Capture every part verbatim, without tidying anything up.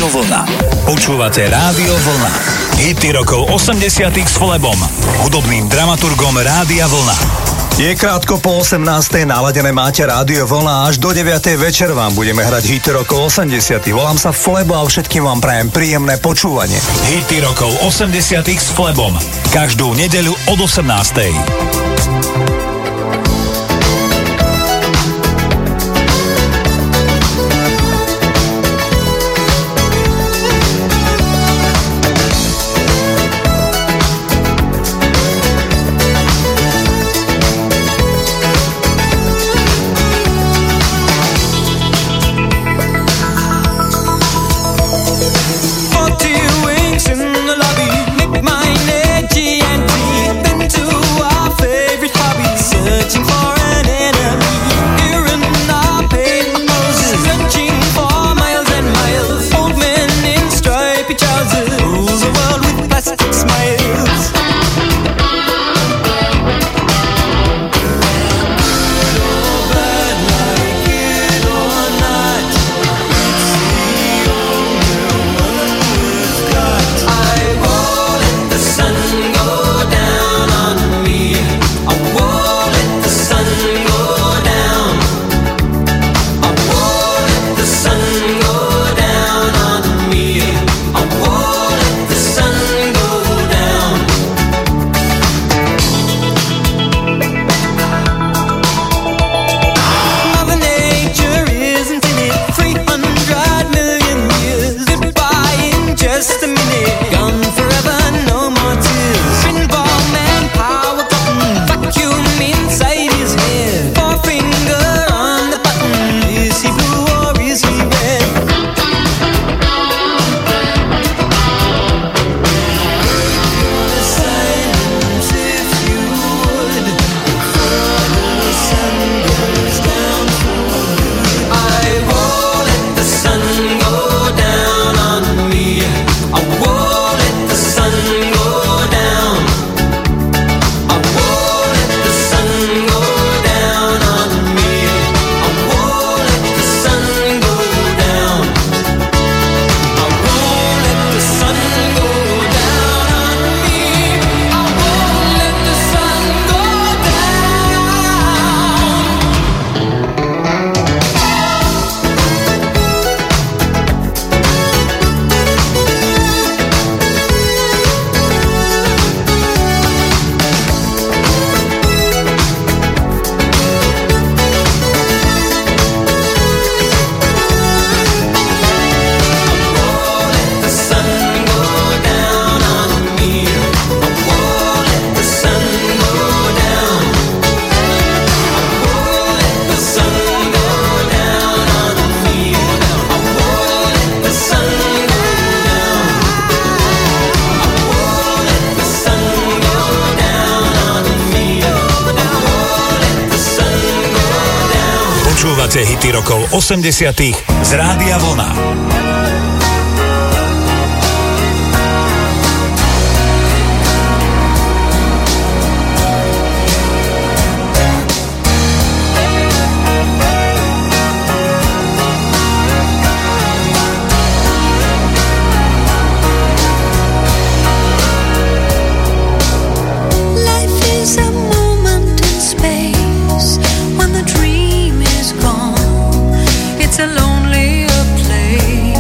Vlna. Počúvate Rádio Vlna. Hity rokov osemdesiatych s Flebom, hudobným dramaturgom Rádia Vlna. Je krátko po osemnástej, naladené máte Rádio Vlna, až do deviatej večer vám budeme hrať hity rokov osemdesiatych. Volám sa Flebo a všetkým vám prajem príjemné počúvanie. Hity rokov osemdesiatych s Flebom. Každú nedeľu od osemnástej. Hity rokov osemdesiatych z Rádia Vlna. It's a lonely place.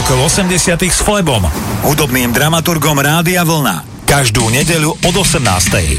rokov osemdesiatych s Flebom, hudobným dramaturgom Rádia Vlna. Každú nedeľu od osemnástej.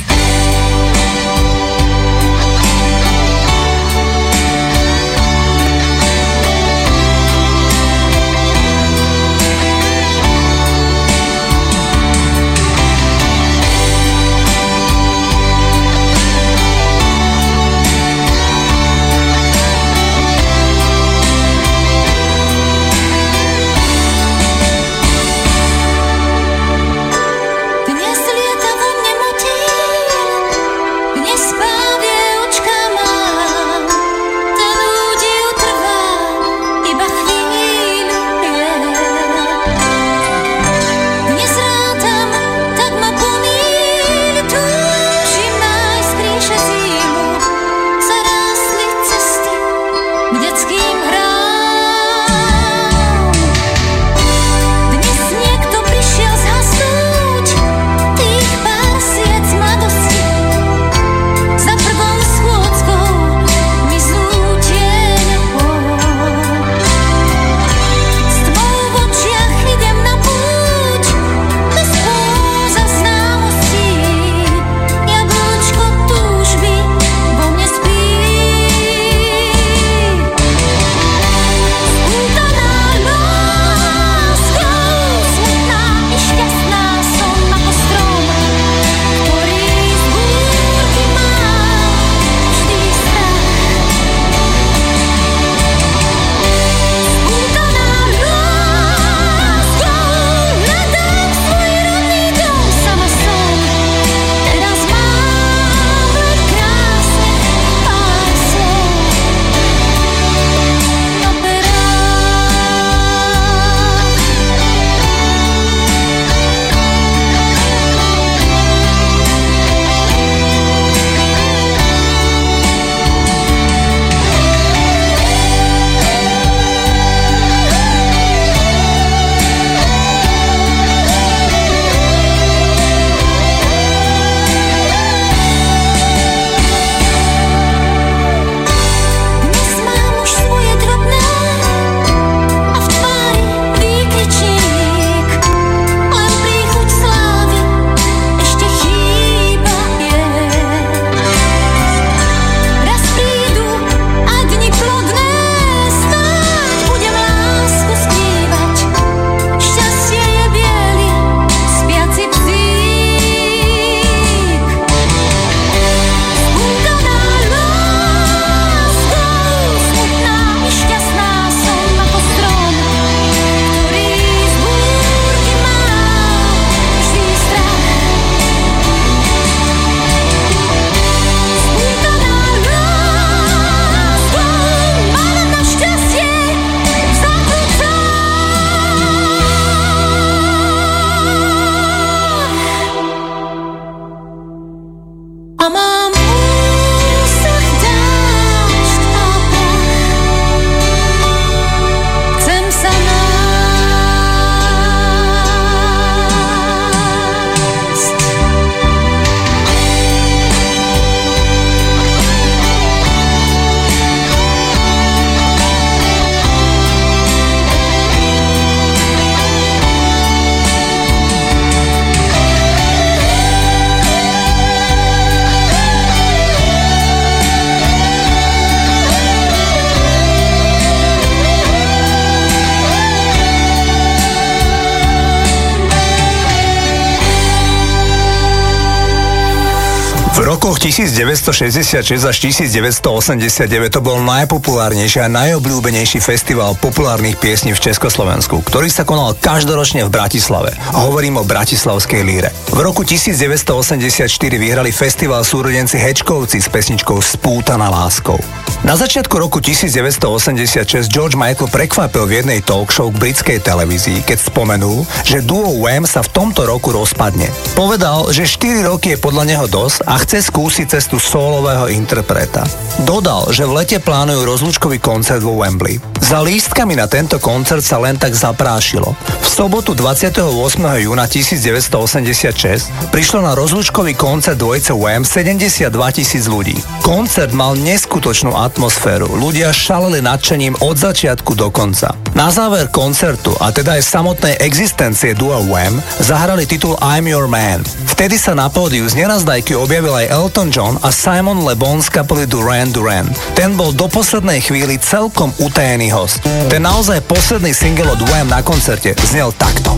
rokoch devätnásťstošesťdesiatšesť až devätnásťstoosemdesiatdeväť to bol najpopulárnejší a najobľúbenejší festival populárnych piesní v Československu, ktorý sa konal každoročne v Bratislave. Hovorím o Bratislavskej líre. V roku devätnásťstoosemdesiatštyri vyhrali festival súrodenci Hečkovci s pesničkou Spútaná láskou. Na začiatku roku devätnásťstoosemdesiatšesť George Michael prekvapil v jednej talk show k britskej televízii, keď spomenul, že duo Wham sa v tomto roku rozpadne. Povedal, že štyri roky je podľa neho dosť a chce skúsiť cestu solového interpreta. Dodal, že v lete plánujú rozlúčkový koncert vo Wembley. Za lístkami na tento koncert sa len tak zaprášilo. V sobotu dvadsiateho ôsmeho júna devätnásťstoosemdesiatšesť prišlo na rozlúčkový koncert dvojice Wham sedemdesiatdva tisíc ľudí. Koncert mal neskutočnú atmosféru, ľudia šaleli nadšením od začiatku do konca. Na záver koncertu, a teda aj samotnej existencie dua Wham, zahrali titul I'm Your Man. Vtedy sa na pódiu z nenazdajky objavil aj Elton John a Simon Le Bon z kapely Duran Duran. Ten bol do poslednej chvíli celkom utajený host. Ten naozaj posledný single od Wham na koncerte znel takto.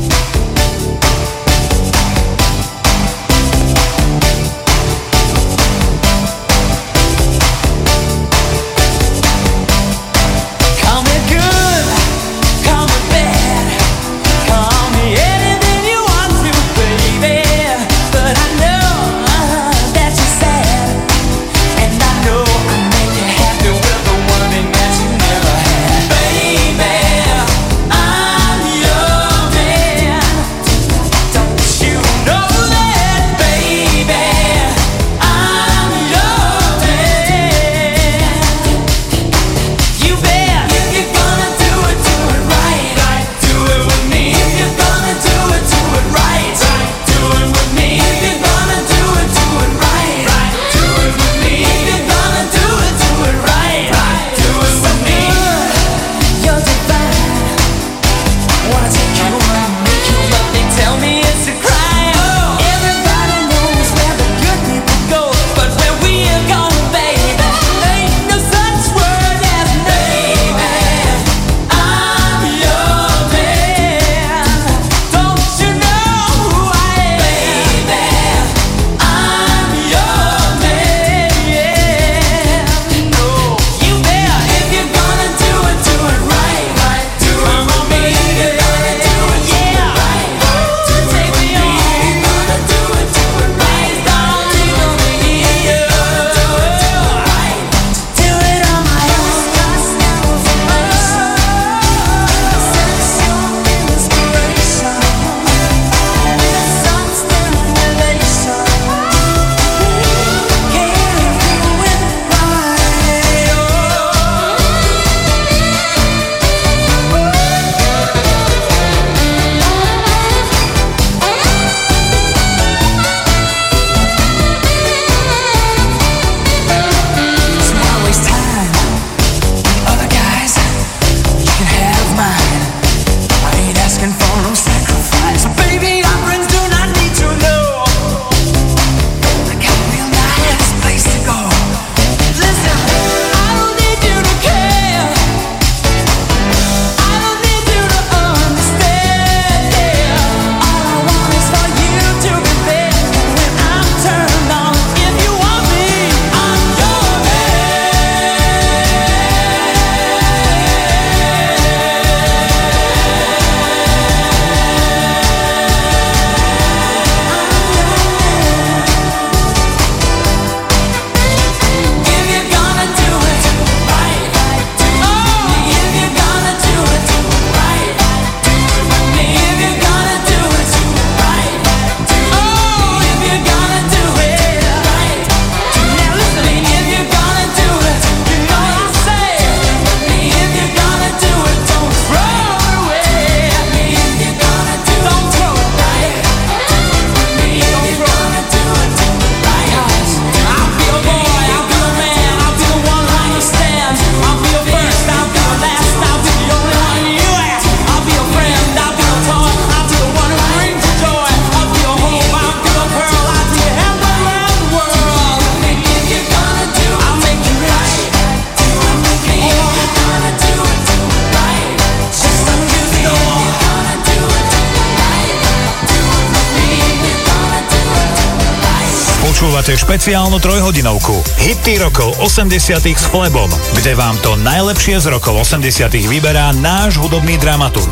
Počúvate špeciálnu trojhodinovku Hity rokov osemdesiatych s Flebom, kde vám to najlepšie z rokov osemdesiatych vyberá náš hudobný dramaturg.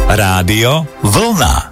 Rádio Vlna.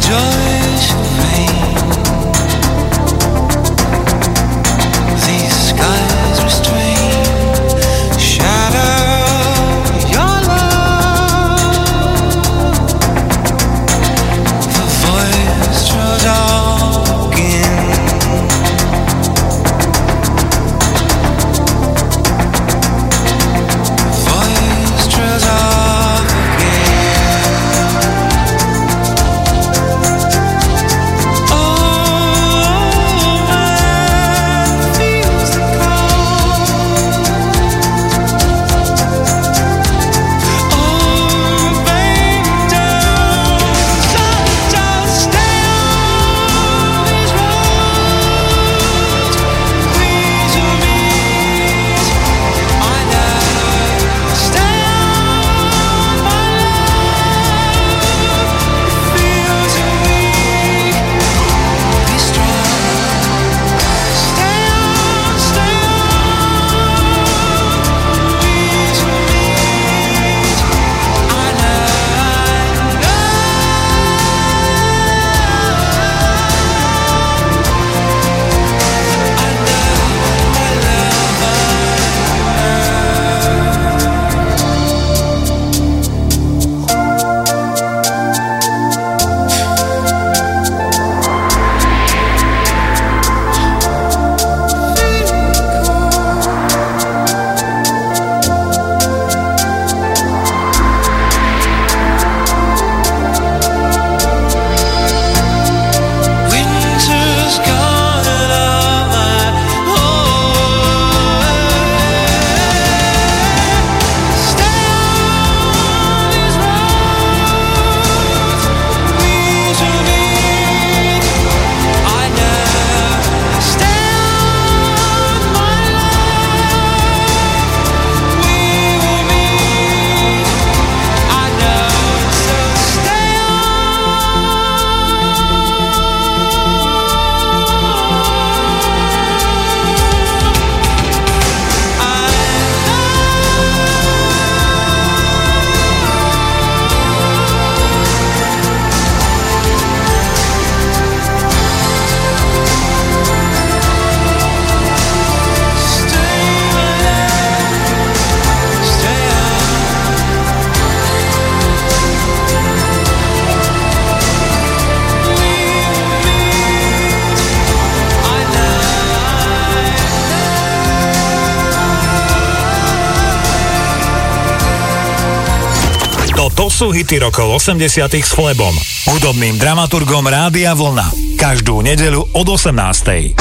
To sú hity rokov osemdesiatych s Flebom, hudobným dramaturgom Rádia Vlna. Každú nedeľu od osemnástej.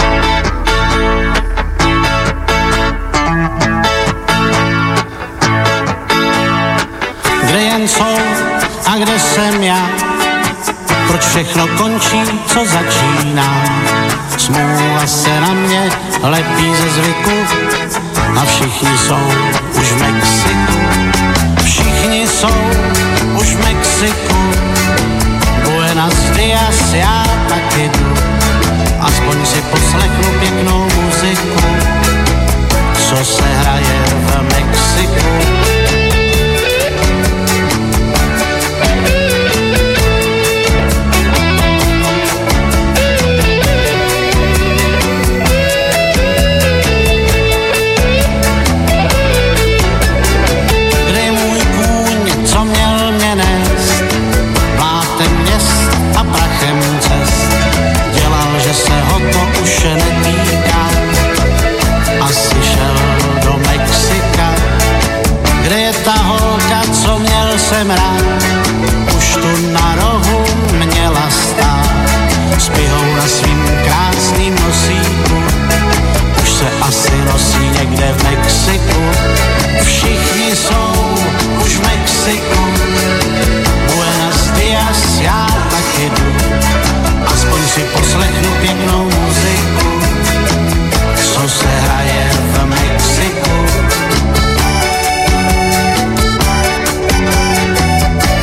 Kde jen jsou a kde jsem já? Proč všechno končí, co začíná? Smůla se na mě lepí ze zvyku a všichni jsou už v Mexiku. Všichni jsou už v Mexiku. Buenos dias, já taky jdu. Aspoň si poslechnu pěknou muziku, co se hraje v Mexiku. Jsem rád, už tu na rohu měla stát, s pihou na svým krásným nosíku, už se asi nosí někde v Mexiku. Všichni jsou už v Mexiku. Buenos dias, já taky jdu, aspoň si poslechnu pěknou muziku, co se hraje v Mexiku.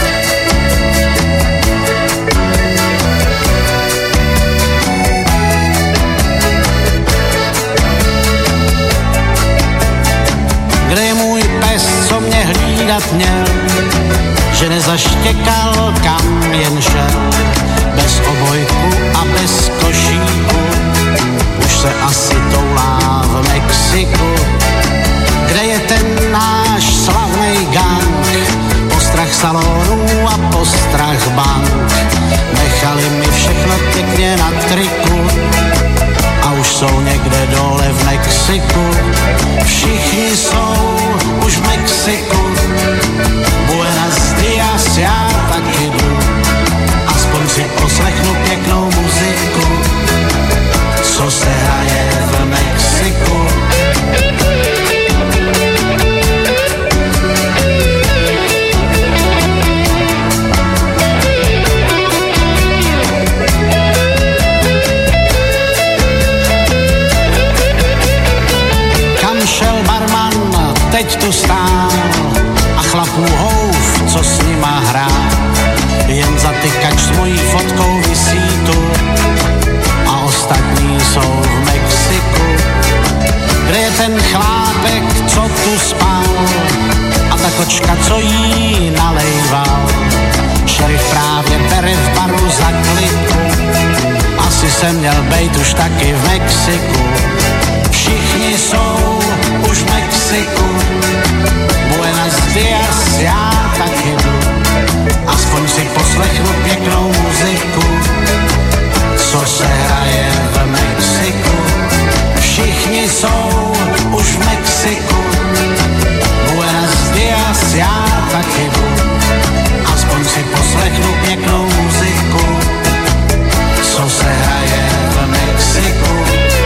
triku a už jsou někde dole v Mexiku. Všichni jsou už v Mexiku, Buenos Dias, já taky jdu, aspoň si poslechnu pěknou muziku, co se hraje v Mexiku. Šel barman, teď tu stál a chlapů houf, co s nima hrá. Jen zatykač s mojí fotkou visí tu a ostatní jsou v Mexiku. Kde je ten chlápek, co tu spal a ta kočka, co jí nalejval? Šerif právě bere v baru za kliku, asi jsem měl bejt už taky v Mexiku. Všichni jsou už v Mexiku, Buenos Dias, já taky jdu, aspoň si poslechnu pěknou muziku, co se hraje v Mexiku. Všichni jsou už v Mexiku, Buenos Dias, já taky jdu, aspoň si poslechnu pěknou muziku, co se hraje v Mexiku.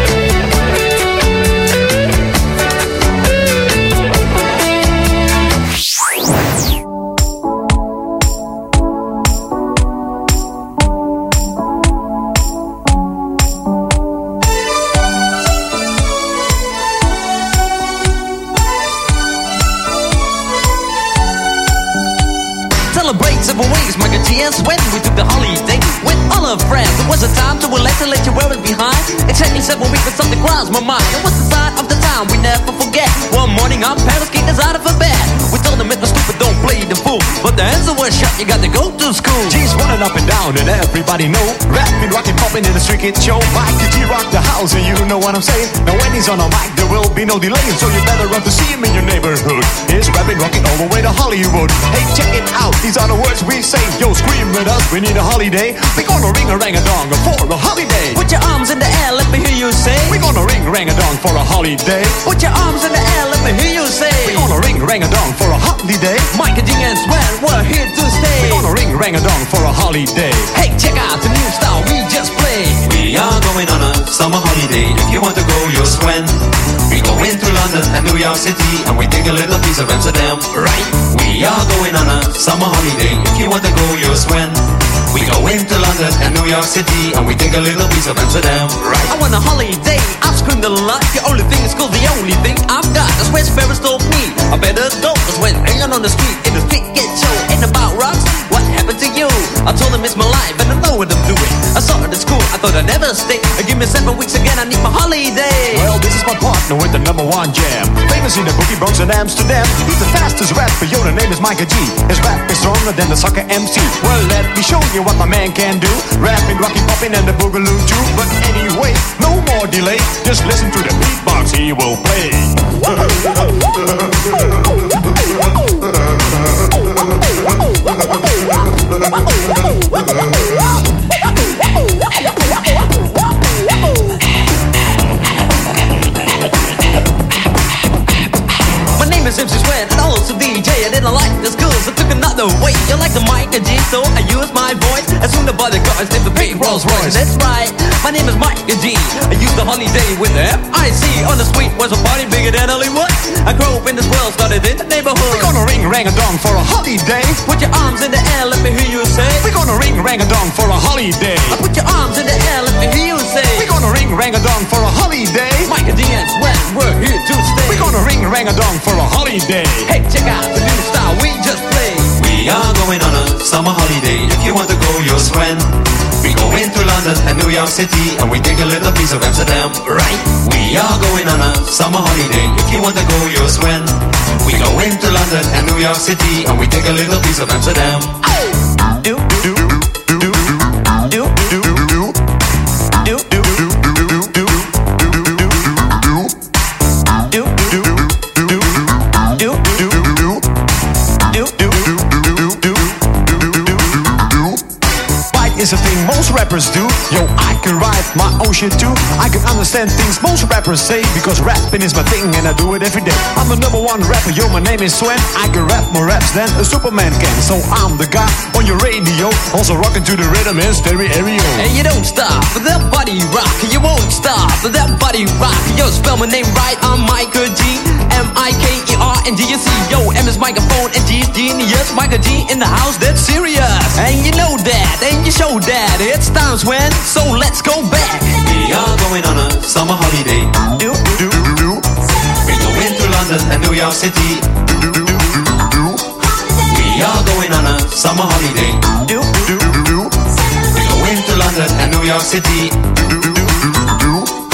Yes, when we took the holiday with all our friends, it was a time to relax and let you wear it behind. Exactly seven weeks, but something crossed my mind. It was the sign of the time we never forget. One morning our parents kicked us out of a bed. We told them it was stupid, don't play the fool, but the answer was shut, you got to go to school. G's running up and down and everybody know, rapping, rocking, popping in the street kid show. Mike G rock the house and you know what I'm saying. Now when he's on a mic there will be no delay, so you better run to see him in your neighborhood. He's rapping, rocking all the way to Hollywood. Hey, check it out, these are the words we say. Yo, scream with us, we need a holiday. We gonna ring a rang a dong for a holiday. Put your arms in the air, let me hear you say. We gonna ring rang a dong for a holiday. Put your arms in the air, let me hear you say. We gonna ring rang a dong for a holiday. Mike and G and Sven, we're here to stay. We gonna ring rang a dong for a holiday. Hey, check out the new style we just played. We are going on a summer holiday. If you want to go, you'll swim. We go into London and New York City, and we take a little piece of Amsterdam, right? We are going on a summer holiday. If you want to go, you'll swim. We go into London and New York City, and we take a little piece of Amsterdam, right? I want a holiday, I've screamed a lot. The only thing is cool, the only thing I've got. That's where Ferris told me I better go, cause when hanging on the street in the street get show ain't about rocks, what happened to you? I told him it's my life and I know what I'm doing. I saw it at school, I thought I'd never stay. Give me seven weeks again, I need my holiday. Well, this is my partner with the number one jam, famous in the boogie Bronx and Amsterdam. He's the fastest rapper, yo, the name is Micah G. His rap is stronger than the soccer M C. Well, let me show you what my man can do. Rapping, rocking, popping and the boogaloo too. But anyway, no more delay, just listen to the beatbox he will play. My name is M C Sweat and also D J. I didn't like the schools, I took another way. You like the mic and G, so I used my voice. As soon as the bodyguards did the big Rolls Royce. That's right, my name is Mike G. I used the holiday with the F I C. On the street was a party bigger than Hollywood. I grew up in this world, started in the neighborhood. We gonna ring rang a dong for a holiday. Put your arms in the air, let me hear you say. We gonna ring rang a dong for a holiday. I put your arms in the air, let me hear you say. We gonna ring rang a dong for a holiday. Mike and D and Sweat, we're here to stay. We gonna ring rang a dong for a holiday. Hey, check out the new style we just played. We are going on a summer holiday. If you want to go, you'll swim. We go into London and New York City, and we take a little piece of Amsterdam, right? We are going on a summer holiday. If you want to go, you'll swim. We go into London and New York City, and we take a little piece of Amsterdam. Do, do, do, do, do, do, do, do. Is a thing, most rappers do. Yo, I can write my own shit too. I can understand things most rappers say, because rapping is my thing and I do it every day. I'm the number one rapper, yo, my name is Sven. I can rap more raps than a Superman can. So I'm the guy on your radio, also rocking to the rhythm in stereo. And you don't stop for that body rock. You won't stop for that body rock. Yo, spell my name right, I'm Michael G. M I K E R N D S E. Yo, M is microphone and G is genius. Michael G in the house, that's serious. And you know that, and you show that. It's times when, so let's go back. We are going on a summer holiday. Do, do, do, do. We're going to London and New York City. Do, do, do, do, do. We are going on a summer holiday. Do, do, do, do. We're going to London and New York City. Do, do, do, do, do.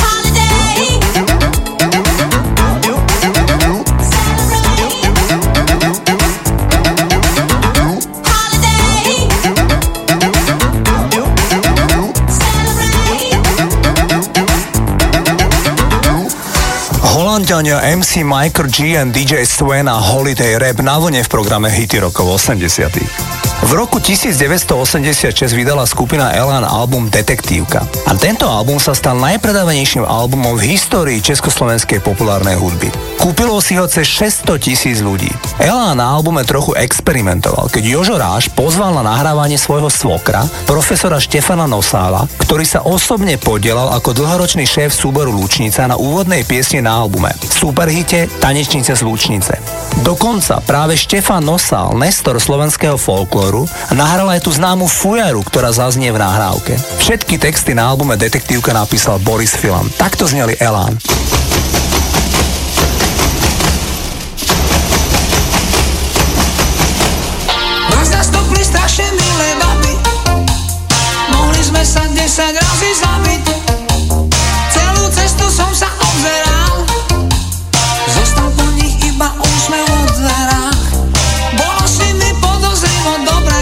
Holanďania em cé Michael G and dý džej Sven a Holiday Rap na vlne v programe Hity rokov osemdesiatych. V roku devätnásťstoosemdesiatšesť vydala skupina Elan album Detektívka. A tento album sa stal najpredávanejším albumom v histórii československej populárnej hudby. Kúpilo si ho cez šesťsto tisíc ľudí. Elan na albume trochu experimentoval, keď Jožo Ráš pozval na nahrávanie svojho svokra, profesora Štefana Nosála, ktorý sa osobne podielal ako dlhoročný šéf súboru Lučnica na úvodnej piesni na albume superhite Tanečnice z Lučnice. Dokonca práve Štefan Nosál, nestor slovenského folklóru, nahral aj tú známu fujaru, ktorá zaznie v nahrávke. Všetky texty na albume Detektívka napísal Boris Filan. Takto zneli Elán. Nás zastopli strašne milé baby, mohli sme sa desať razy zabiť. Celú cestu som sa obzeral, zostal po nich iba úsmev od dverách. Bolo si mi podozrivo dobre,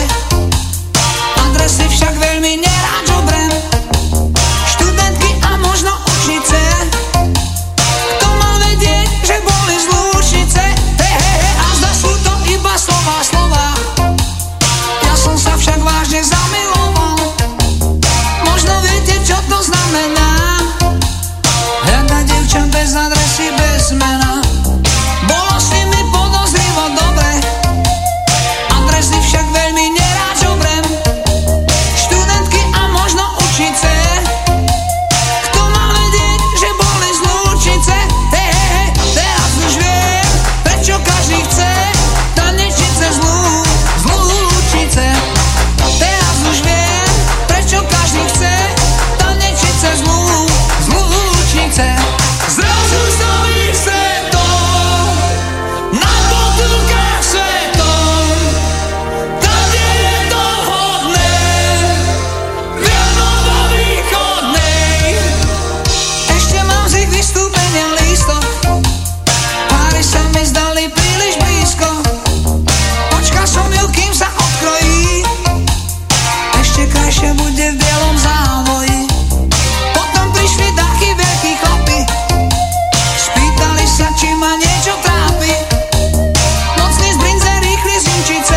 adresy však veľmi nerád žobrem. Študentky a možno učnice, kto mal vedieť, že boli z Lučnice. Hej, hej, hej, a zda sú to iba slova, slova. Ja som sa však vážne zamiloval. Možno viete, čo to znamená, hľadať dievča bez adresy, bez mena. Bolo si mi podozrivo dobre, adresy však veľmi nerád žobrem. Študentky a možno učnice, kto mal vedieť, že boli z Lučnice. Hej, hej, hej, teraz už viem, prečo každý chce tanečiť cez Lu- z Lučnice. Teraz už viem, prečo každý chce tanečiť cez Lu- z Lučnice. Zrazu sa mi chce to, na potulkách svetom, tady je to hodné, priamo vo východnej. Ešte mám z ich vystúpenia lístok, páry sa mi zdali príliš blízko. Počkal som ju, kým sa odkrojí, ešte krajšie bude v bielom závoji. Potom prišli dachy veľkí chlapi, spýtali sa, či ma niečo trápi. Nocný z brinze, rýchli z Inčice,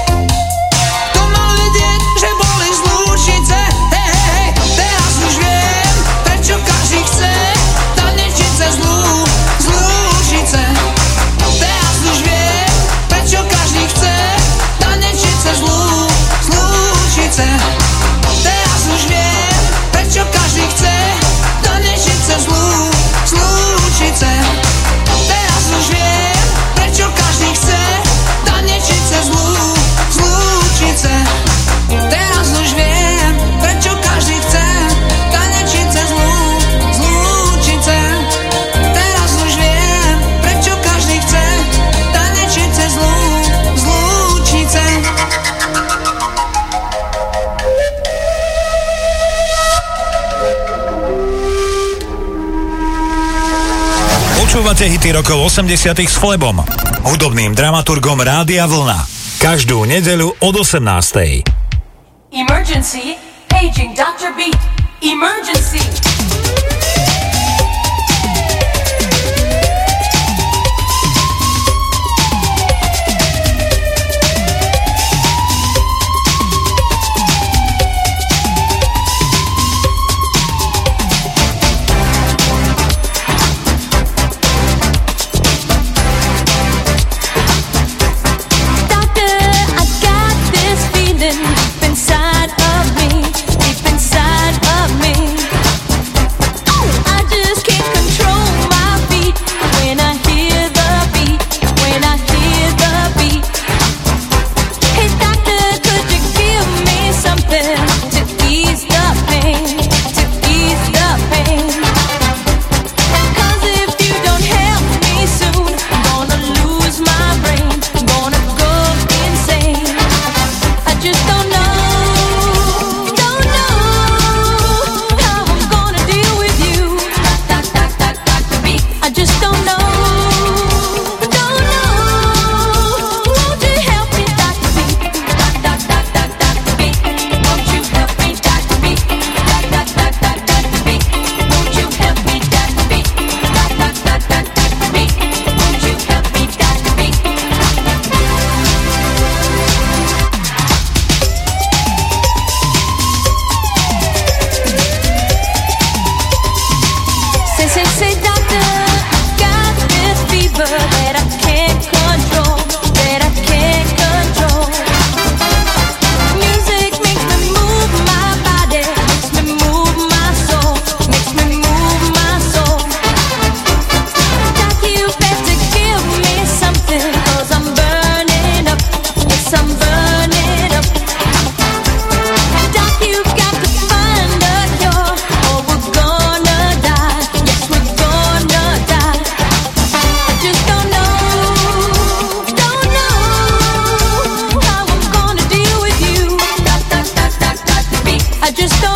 kto mal vedieť, že boli z Lučnice. Hej, hej, hej, teraz už viem, prečo každý chce tanečiť cez Lu- z Lučnice. Teraz už viem, prečo každý chce tanečiť cez Lu- z Lučnice. Teraz už viem, prečo každý chce tanečiť cez Lu- z Lučnice. Teraz už viem, prečo každý chce tanečiť cez Lu- z Lučnice. Teraz už viem, prečo každý chce tanečiť cez Lu- z Lučnice. Teraz už viem, prečo každý chce tanečiť cez Lu- z Lučnice. Počúvate hity rokov osemdesiatych s Flebom, hudobným dramaturgom Rádia Vlna. Každú nedeľu od osemnástej. Emergency, paging doctor Beat. Emergency.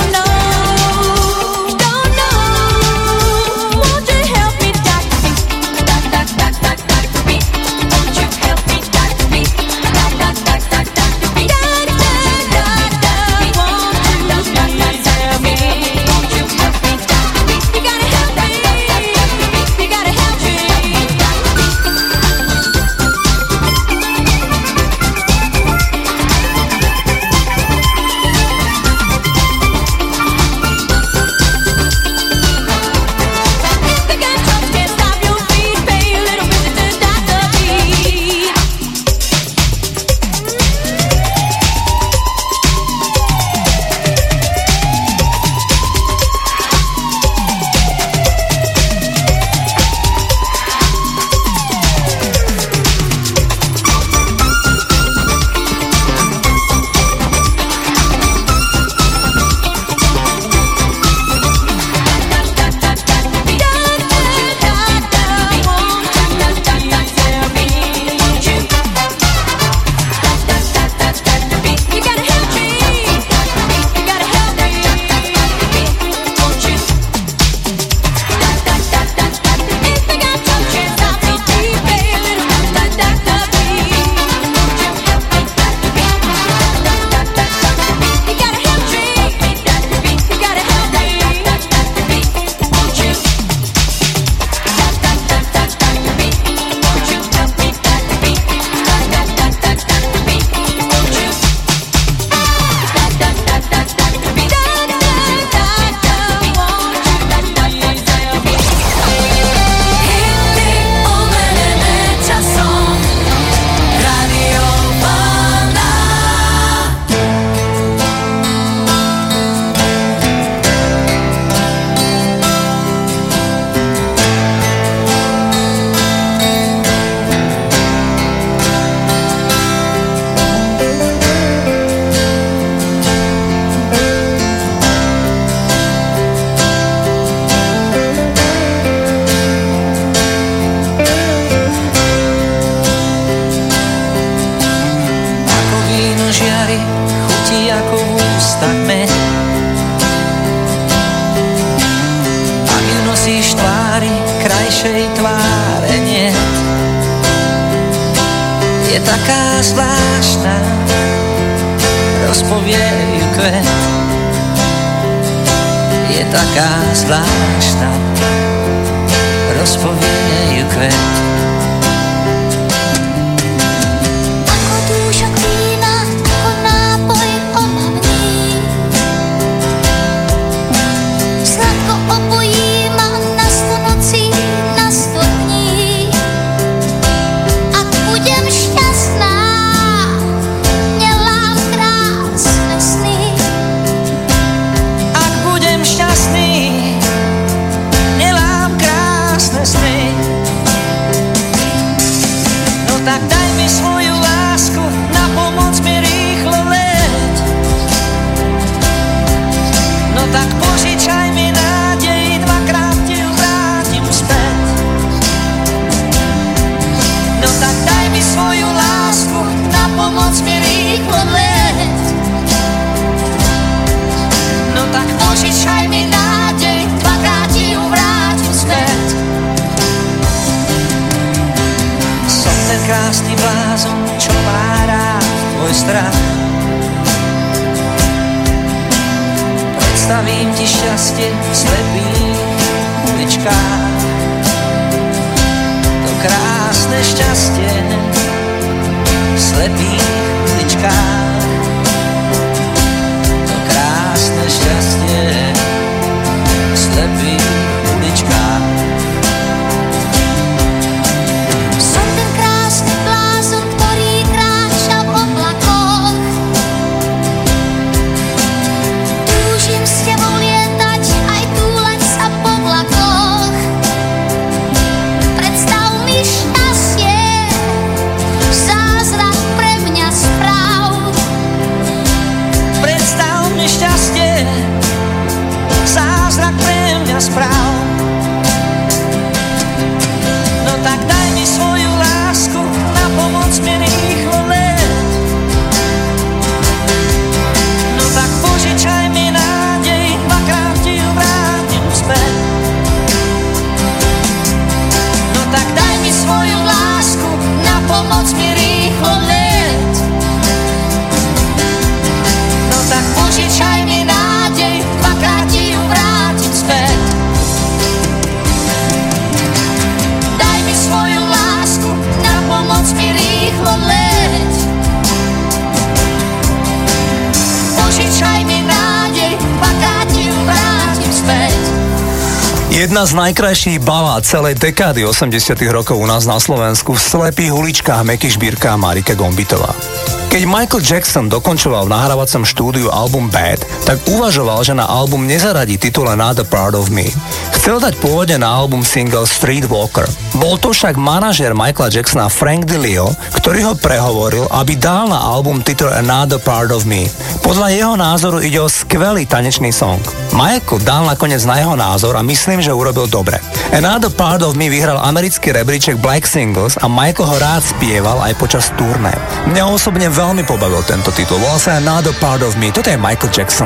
našej tváre nie. Je taká zvláštna, rozpovie ju kvet. Je taká zvláštna, rozpovie ju kvet. Krásny blázon, čo má rád tvoj strach. Predstavím ti šťastie v slepých uličkách. To krásne šťastie v slepých uličkách. To krásne šťastie v slepých uličkách. Jedna z najkrajších balád celej dekády osemdesiatych rokov u nás na Slovensku v slepých uličkách Meky Žbírka a Marika Gombitová. Keď Michael Jackson dokončoval v nahrávacom štúdiu album Bad, tak uvažoval, že na album nezaradí titul Another Part of Me. Chcel dať pôvodne na album single Streetwalker. Bol to však manažér Michaela Jacksona Frank DeLeo, ktorý ho prehovoril, aby dal na album titul Another Part of Me. Podľa jeho názoru ide o skvelý tanečný song. Michael dal nakoniec na jeho názor a myslím, že urobil dobre. Another Part of Me vyhral americký rebríček Black Singles a Michael ho rád spieval aj počas turné. Mňa osobne veľmi pobavil tento titul. Volal sa Another Part of Me. Toto je Michael Jackson.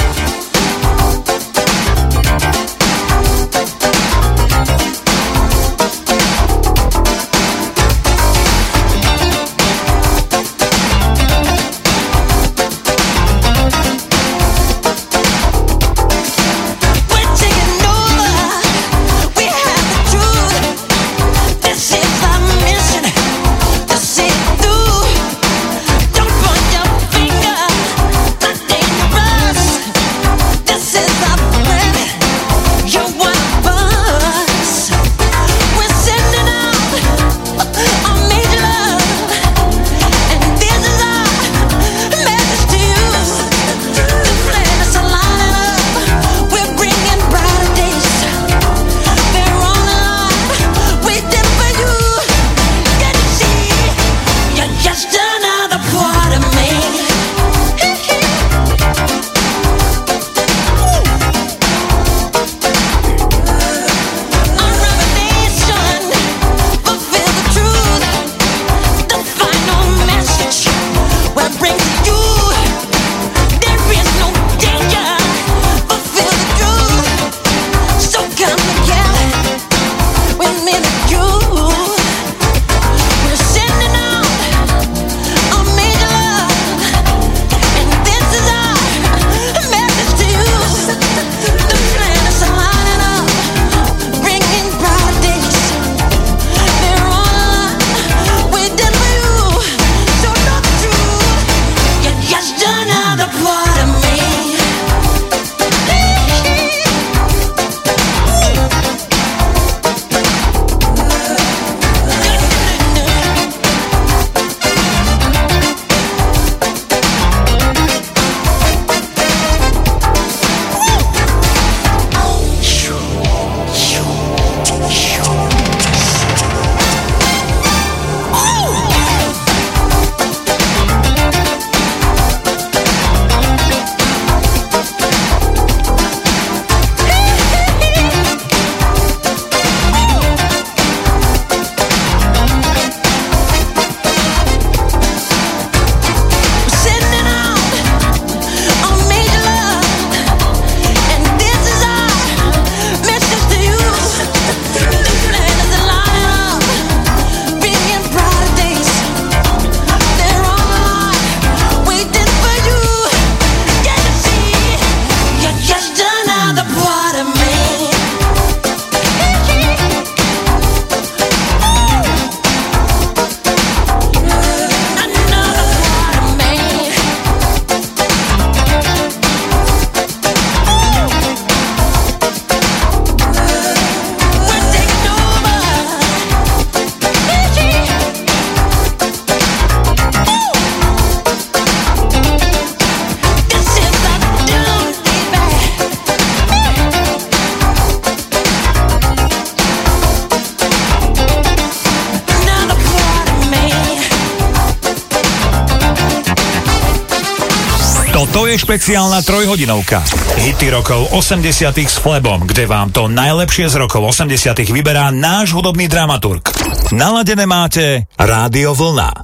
To je špeciálna trojhodinovka. Hity rokov osemdesiatych s Flebom, kde vám to najlepšie z rokov osemdesiatych vyberá náš hudobný dramaturg. Naladené máte Rádio Vlna.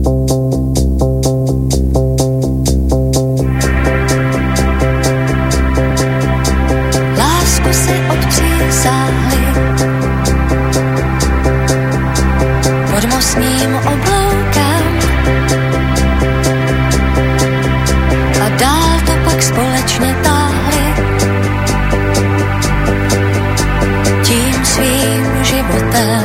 Lásku si odpřísáhli pod mostním obloukám a dál to pak společně táhli tím svým životem.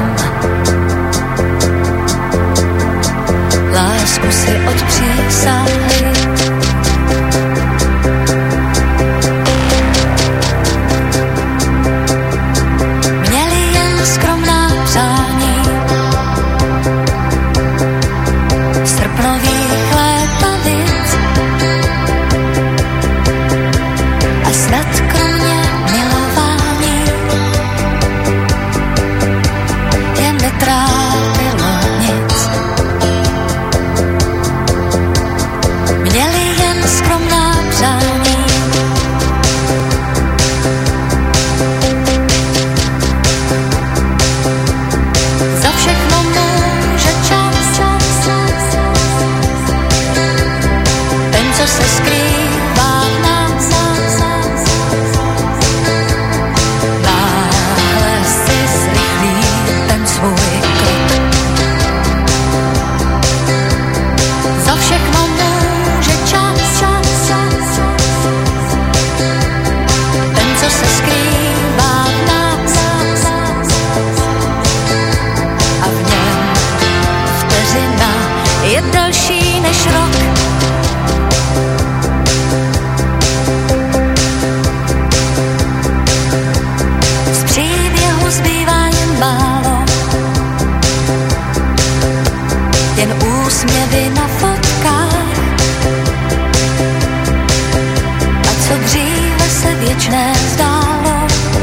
Lásku si odpřísáhli snad kromě milování je netrápilo nic. Měli jen skromná přání. Za všechno může čas, ten, co se skrývá v nás. Náhle si zrychlí ten svůj krok. Za všechno může čas, ten, co se skrývá v nás. A v něm vteřina je delší než rok. Z příběhu zbývá jen málo, jen úsměvy na fotkách. A co dříve se věčné zdálo,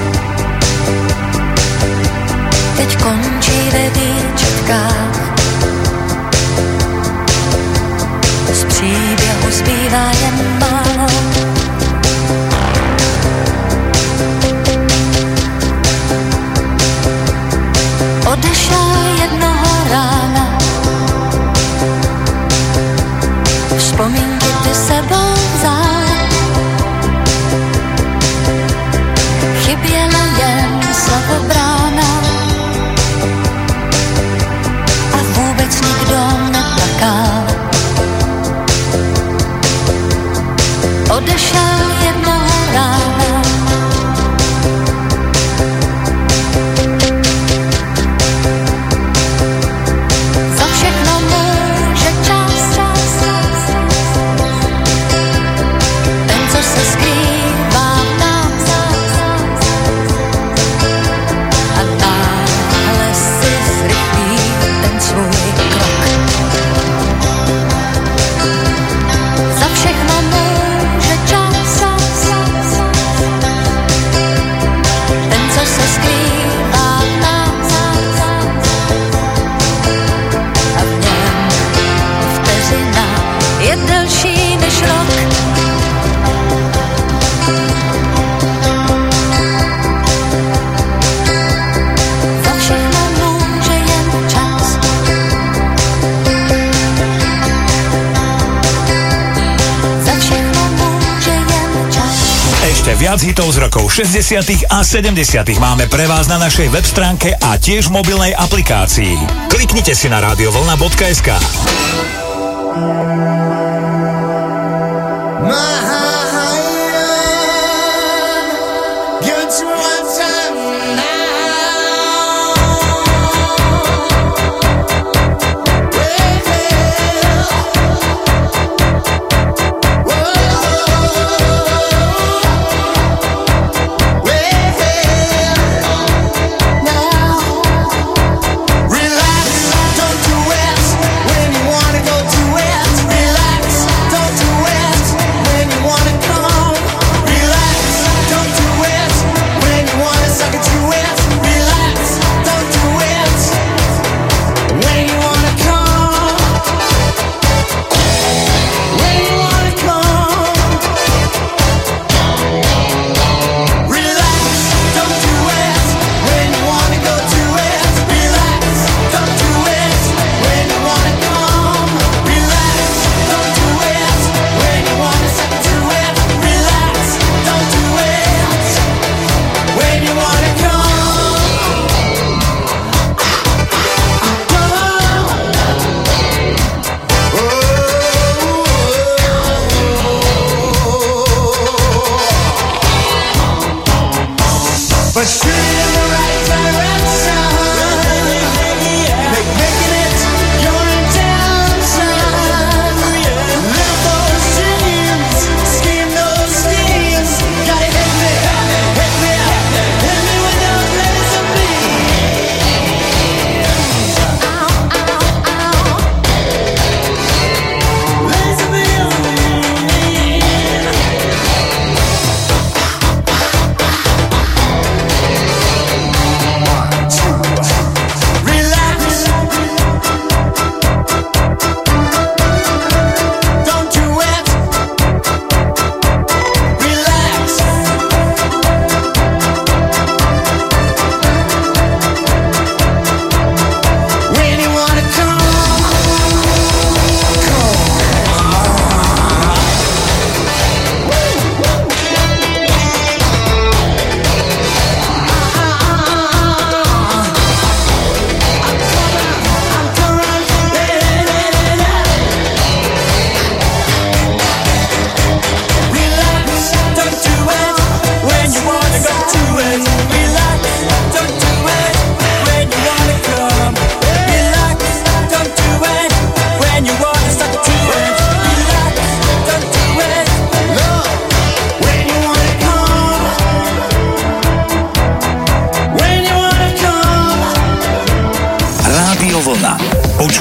teď končí ve výčitkách. Z příběhu zbývá jen málo. Odešel jednoho rána, vzpomínky ty sebou vzal. Chyběla jen slavobrána a vůbec nikdo neplakal. Odešel jednoho rána, za všechno může čas, ten, co se skrývá v nás. A náhle si zrychlí ten svůj krok. Za všechno může čas, ten, co se skrývá v nás. A v něm vteřina je delší než rok. Za všechno může jen čas. Za všechno může jen čas. Ešte viac hitov z rokov šesťdesiatych a sedemdesiatych máme pre vás na našej web stránke a tiež v mobilnej aplikácii. Kliknite si na radiovlna bodka es ká.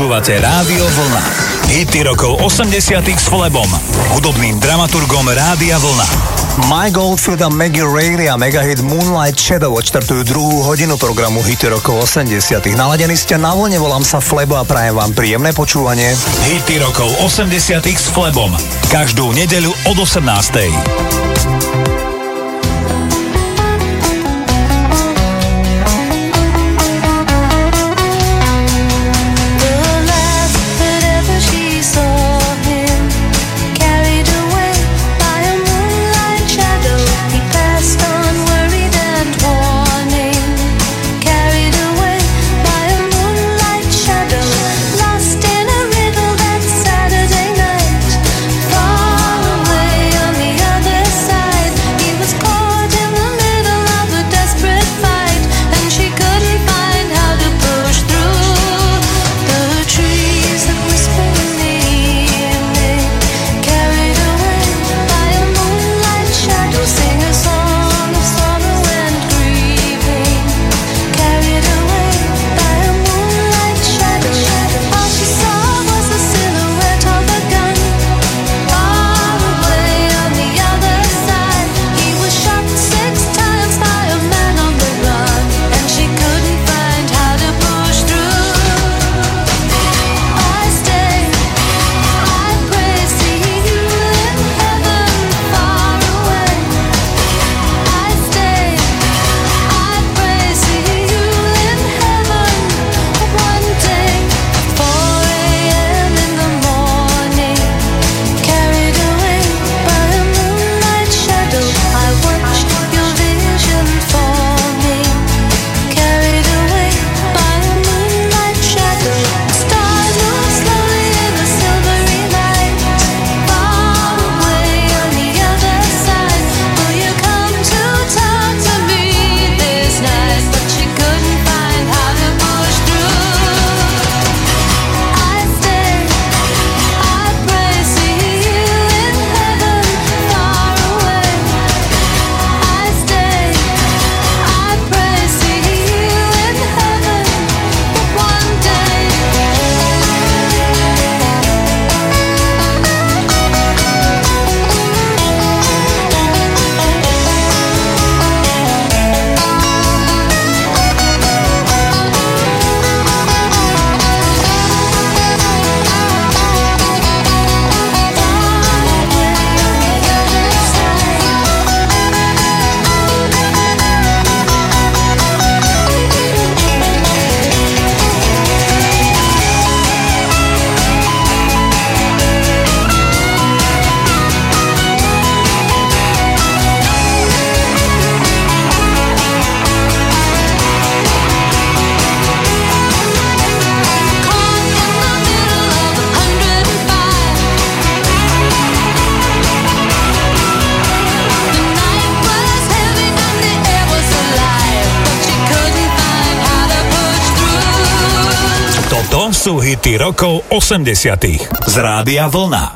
Počúvate Rádio Vlna. Hity rokov osemdesiatych s Flebom, hudobným dramaturgom Rádia Vlna. Mike Oldfield a Maggie Reilly a megahit Moonlight Shadow odštartujú druhú hodinu programu Hity rokov osemdesiatych. Naladení ste na vlne, volám sa Flebo a prajem vám príjemné počúvanie. Hity rokov osemdesiatych s Flebom. Každú nedeľu od osemnástej. Sú hity rokov osemdesiatych z Rádia Vlna.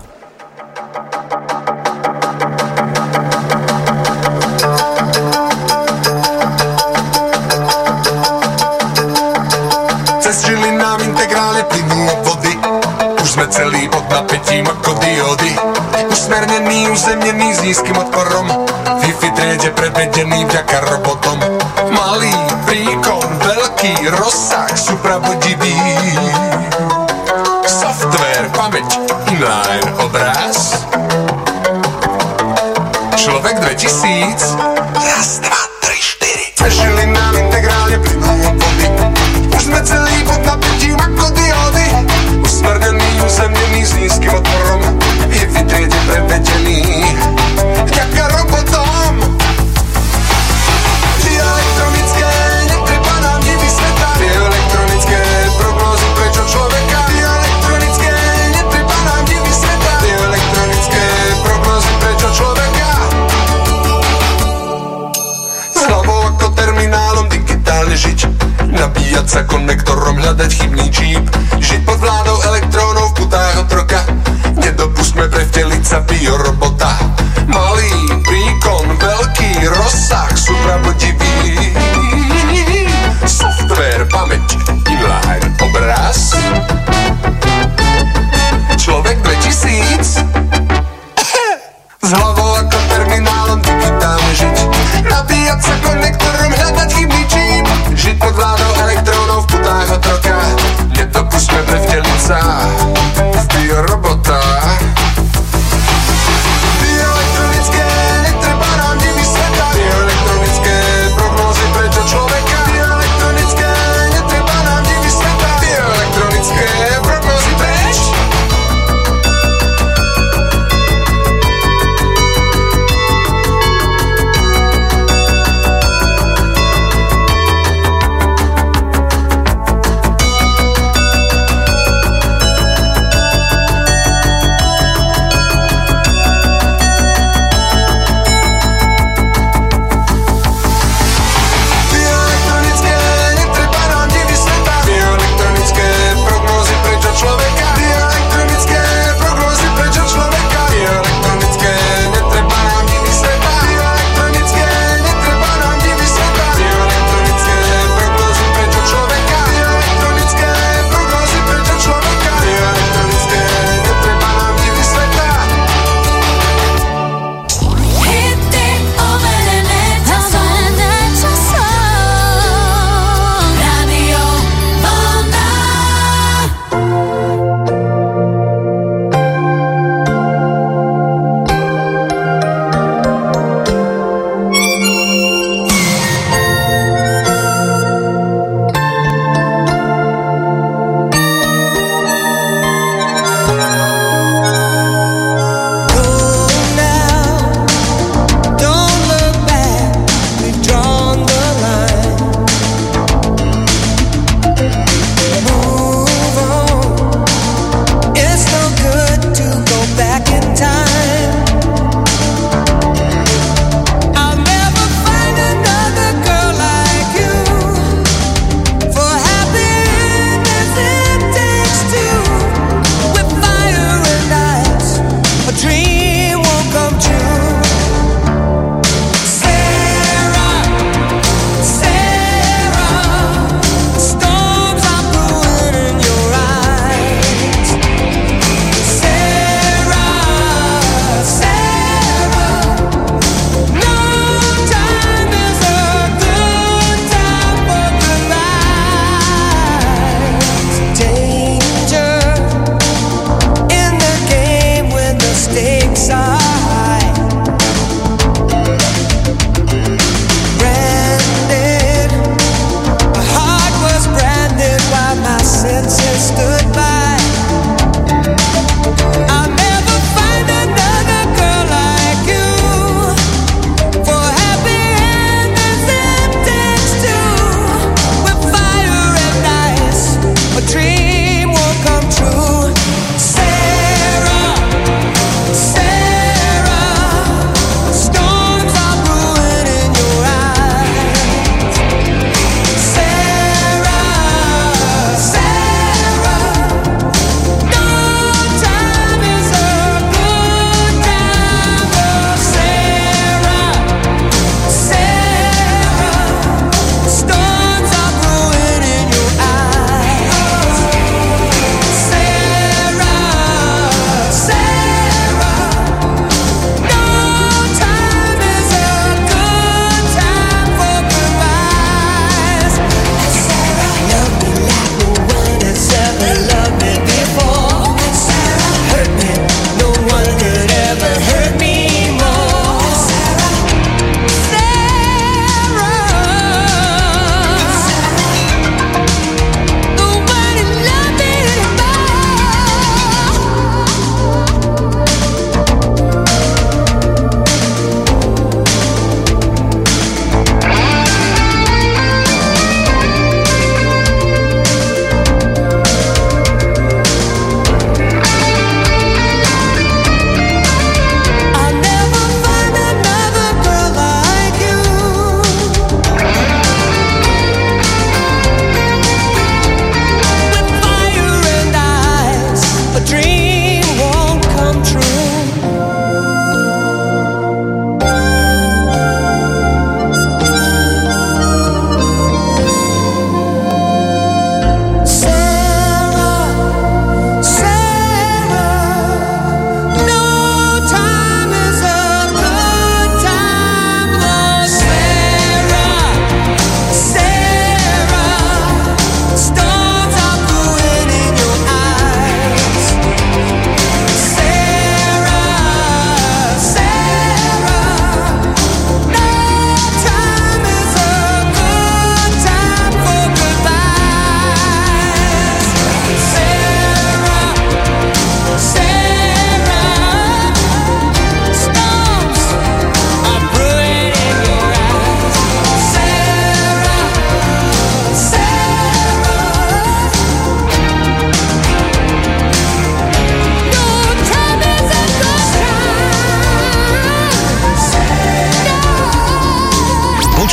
Cez žily nám integrálne plynú vody. Už sme celý pod napätím ako diody. Usmernený, uzemnený s nízkym odporom. Wi-Fi triede prevedený vďaka robotom. Malý príkon, veľký rozsah, supravodivý. Software, pamäť, inline, obraz. Človek dvetisíc. Raz, dva, tri, štyri. Žili nám integrálne plynú vody. Už sme celý pod napätím ako diody. Usmernený, uzemnený s nízkym odporom. Wi-Fi triede prevedený vďaka robotom. Elektronické, netreba nám divy sveta. Elektronické prognózy prečo človeka. Elektronické, netreba nám divy sveta. Elektronické prognózy prečo človeka. S hlavou ako terminálom digitálne žiť. Nabíjať sa konektorom, hľadať chybný číp. Žiť pod vládou elektrónov v putách otroka. Nedopustme prevteliť sa biorobota. Malý príkon, veľký rozsah, supravodivý. Software, pamäť, inline, obraz.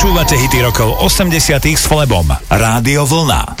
Počúvate hity rokov osemdesiatych s Flebom. Rádio Vlna.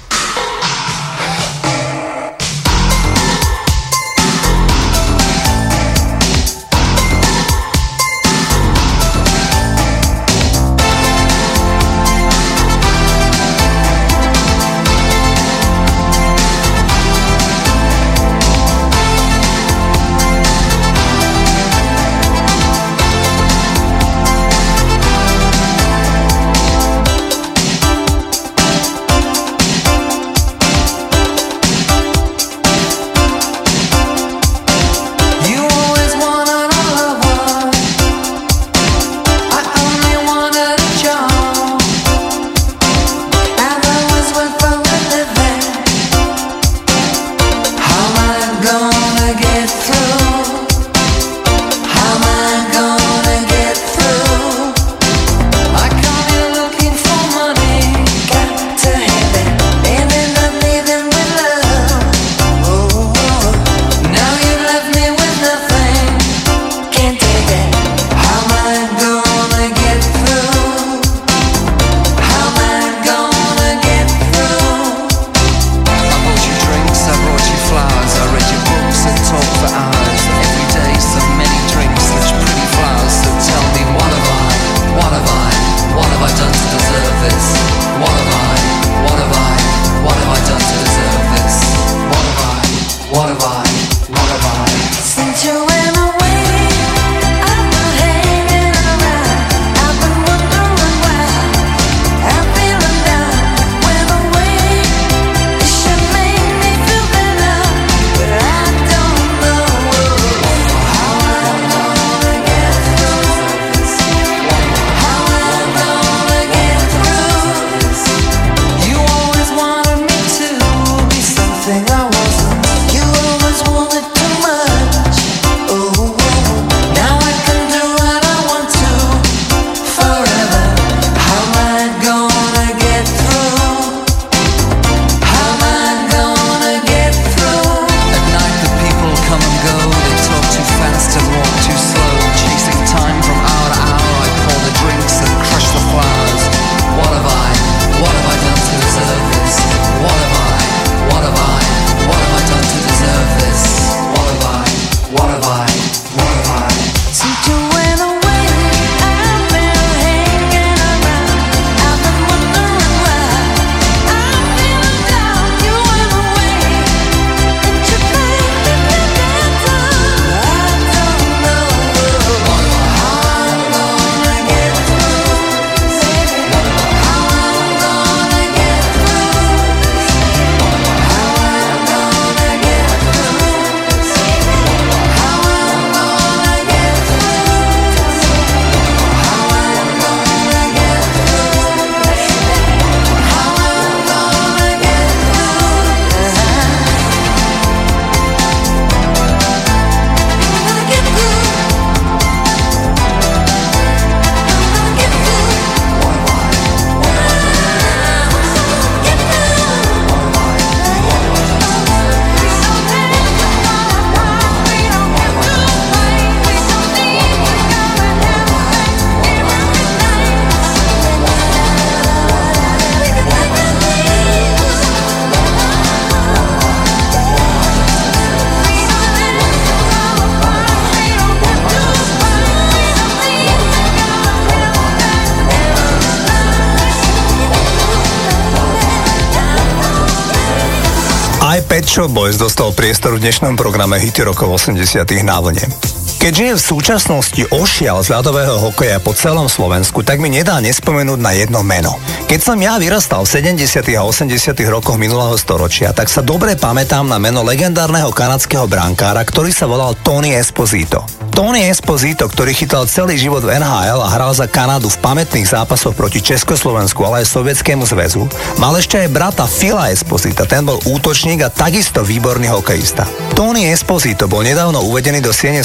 Pet Shop Boys dostal priestor v dnešnom programe Hity rokov osemdesiatych na Vlne. Keďže je v súčasnosti ošial z ľadového hokeja po celom Slovensku, tak mi nedá nespomenúť na jedno meno. Keď som ja vyrastal v sedemdesiatych a osemdesiatych rokoch minulého storočia, tak sa dobre pamätám na meno legendárneho kanadského brankára, ktorý sa volal Tony Esposito. Tony Esposito, ktorý chytal celý život v en há el a hral za Kanadu v pamätných zápasoch proti Československu, ale aj Sovietskému zväzu, mal ešte aj brata Phila Esposita, ten bol útočník a takisto výborný hokejista. Tony Esposito bol nedávno uvedený do siene slávy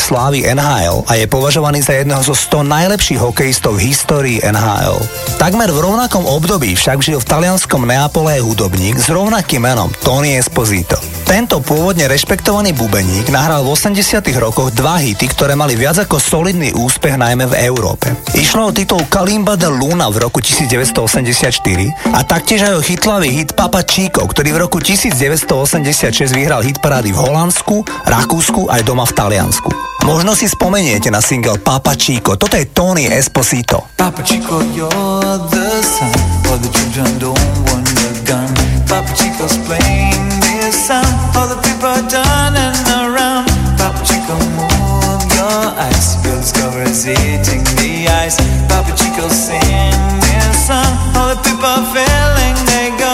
en há el a je považovaný za jedného zo sto najlepších hokejistov v histórii en há el. Takmer v rovnakom období však žil v talianskom Neapole aj hudobník s rovnakým menom Tony Esposito. Tento pôvodne rešpektovaný bubeník nahral v osemdesiatych rokoch dva hity, ktoré mali viac ako solidný úspech najmä v Európe. Išlo o titul Kalimba de Luna v roku devätnásťstoosemdesiatštyri a taktiež aj o chytlavý hit Papa Chico, ktorý v roku devätnásťstoosemdesiatšesť vyhral hit parády v Holandsku, Rakúsku aj doma v Taliansku. Možno si spomeniete na single Papa Chico. Toto je Tony Esposito. Papa Chico, you're the son, all the children don't want your gun. Papa Chico's playing this sound, all the people are turning around. Papa Chico, move your eyes, you'll discover it's eating the ice. Papa Chico, sing this song, all the people are feeling they go.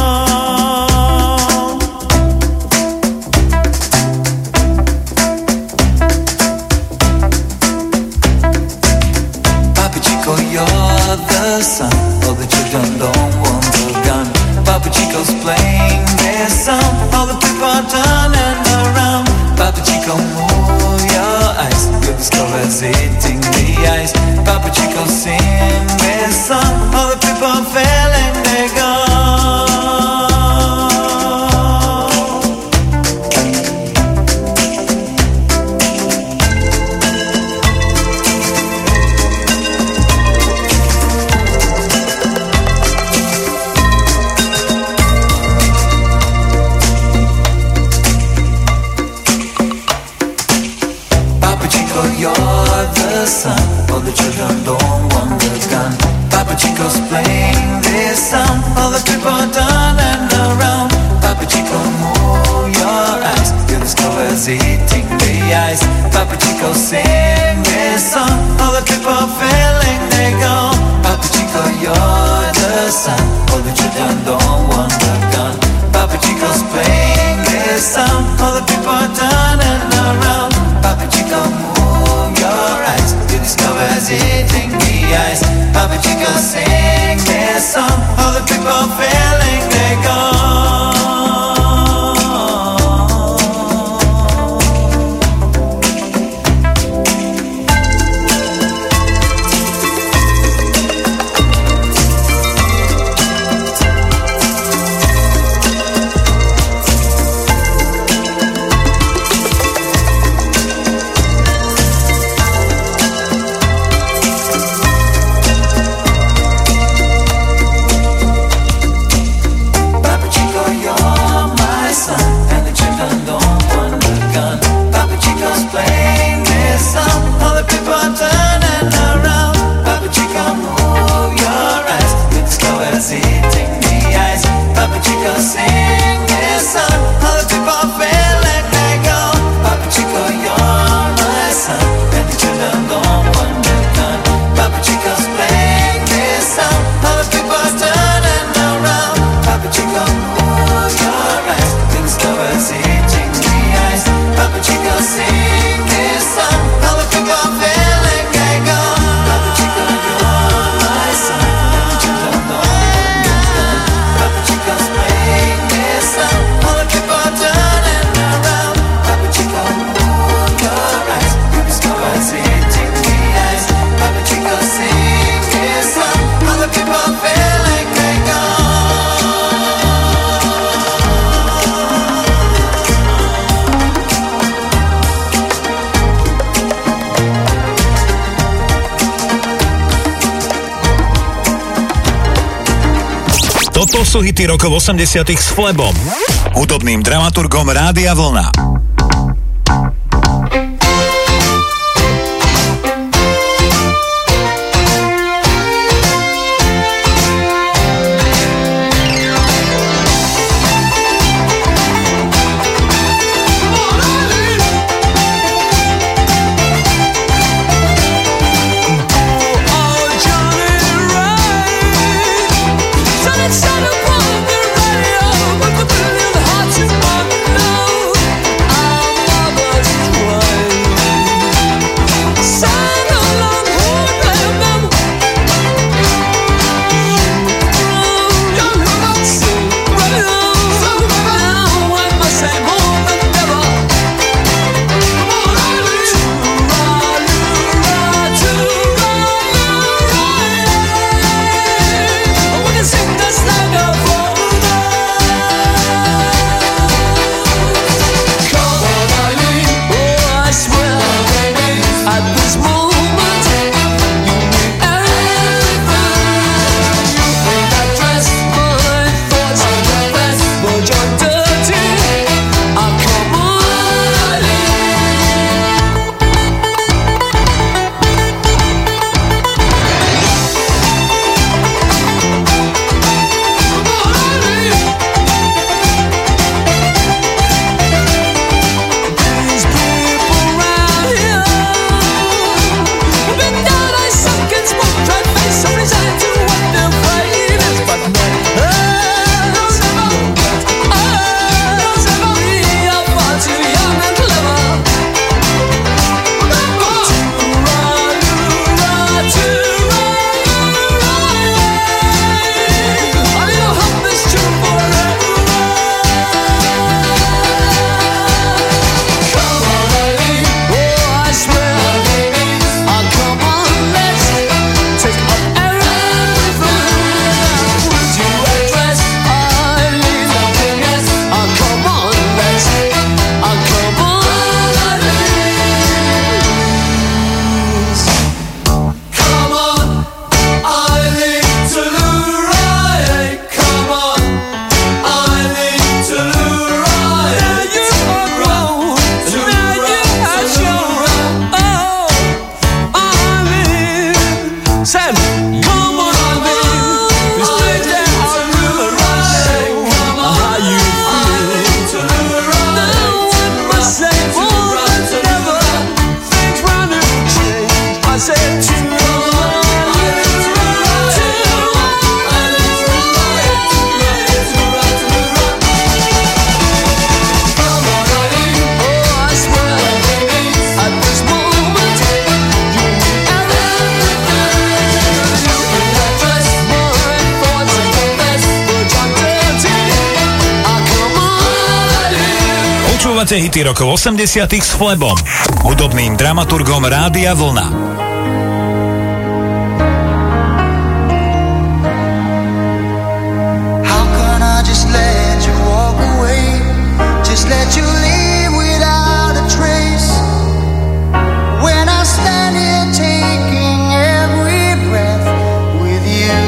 You're the son, all the children don't want the gun. Papa Chico's playing this song, all the people are turning around. Papa Chico, move your eyes, you'll discover it's eating the ice. Papa Chico, sing this song, all the people are feeling they go. Son, all the children don't want the gun. Papa Chico's playing this song, all the people are turning around. Papa Chico, move your eyes, you'll discover it's eating the ice. Papa Chico, sing this song, all the people are feeling they go. Papa Chico, you're the son, all the children don't want the gun. Papa Chico's playing this song, all the people are turning around. Papa Chico, move your eyes, you discover it's eating the ice. Papa Chico, sing this song, all the people feeling they go. Toto sú hity rokov osemdesiatych s Flebom, hudobným dramaturgom Rádia Vlna. I Počúvate hity rokov osemdesiatych s Flebom, hudobným dramaturgom Rádia Vlna. How can I just let you walk away? Just let you leave without a trace. When I stand here taking every breath with you.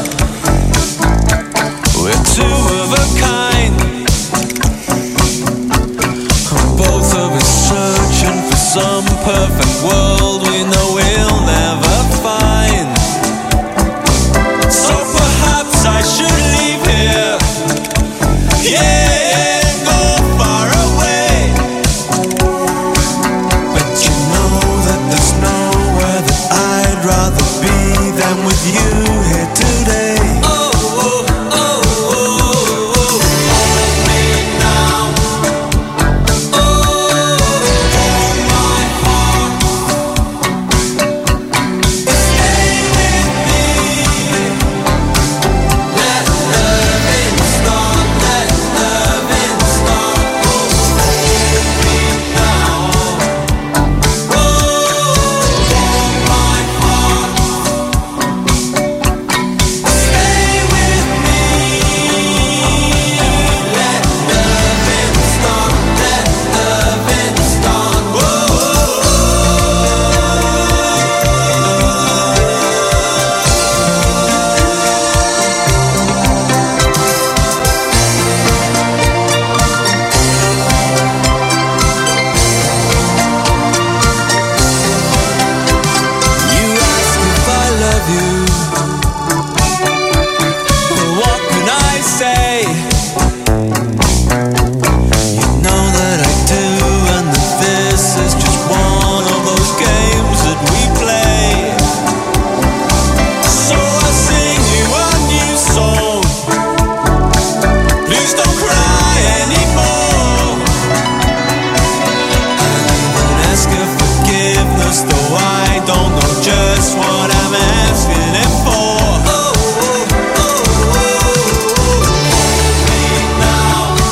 Two of a kind. Now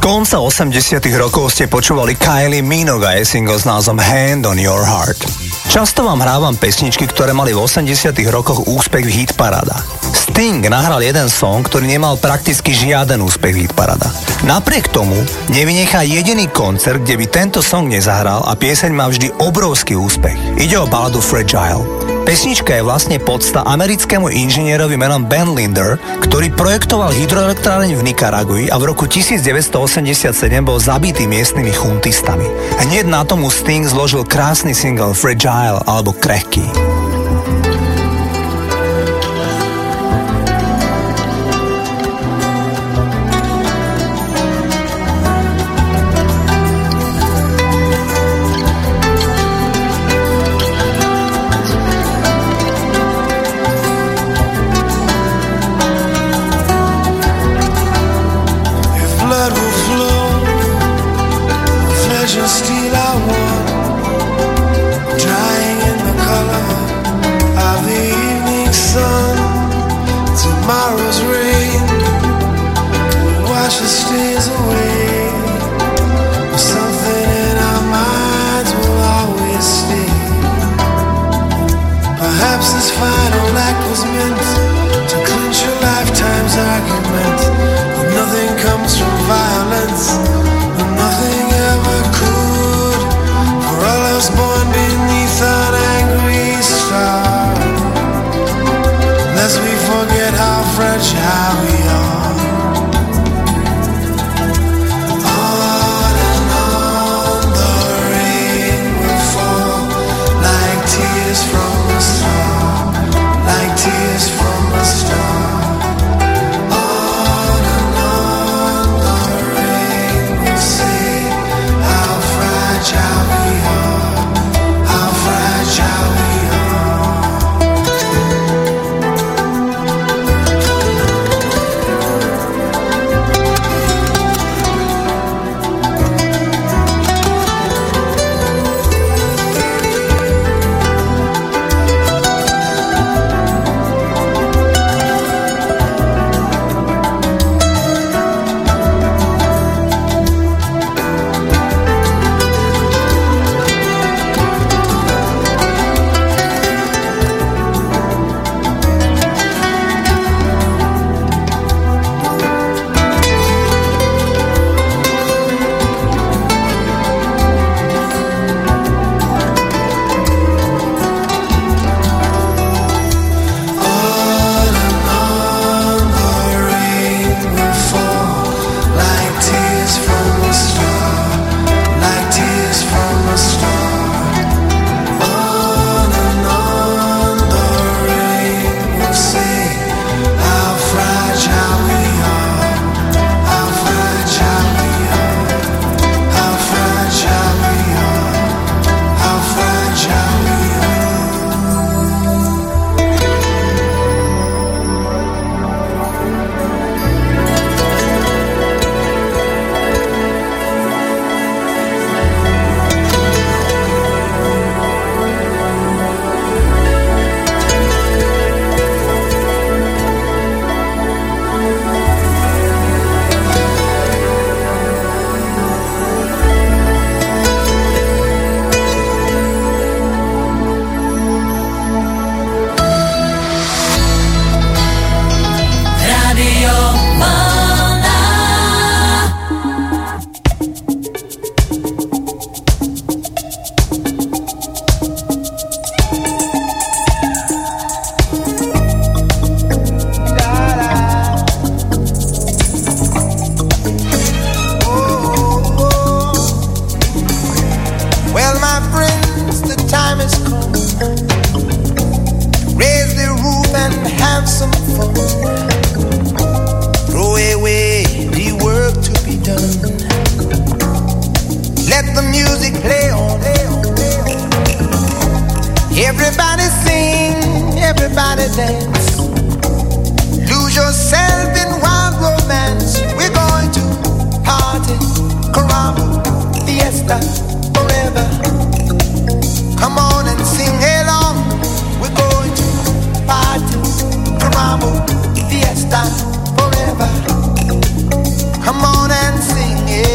konca osemdesiatych rokov ste počúvali Kylie Minogue a jej single s názvom Hand on Your Heart. Často vám hrávam pesničky, ktoré mali v osemdesiatych rokoch úspech v hitparádach. Sting nahral jeden song, ktorý nemal prakticky žiaden úspech v hitparádach. Napriek tomu nevynechá jediný koncert, kde by tento song nezahral a pieseň má vždy obrovský úspech. Ide o baladu Fragile. Pesnička je vlastne podsta americkému inžinierovi menom Ben Linder, ktorý projektoval hydroelektráreň v Nikaragui a v roku devätnásťstoosemdesiatsedem bol zabitý miestnymi chuntistami. Hneď na tomu Sting zložil krásny single Fragile alebo Krehký. Fiesta forever. Come on and sing it.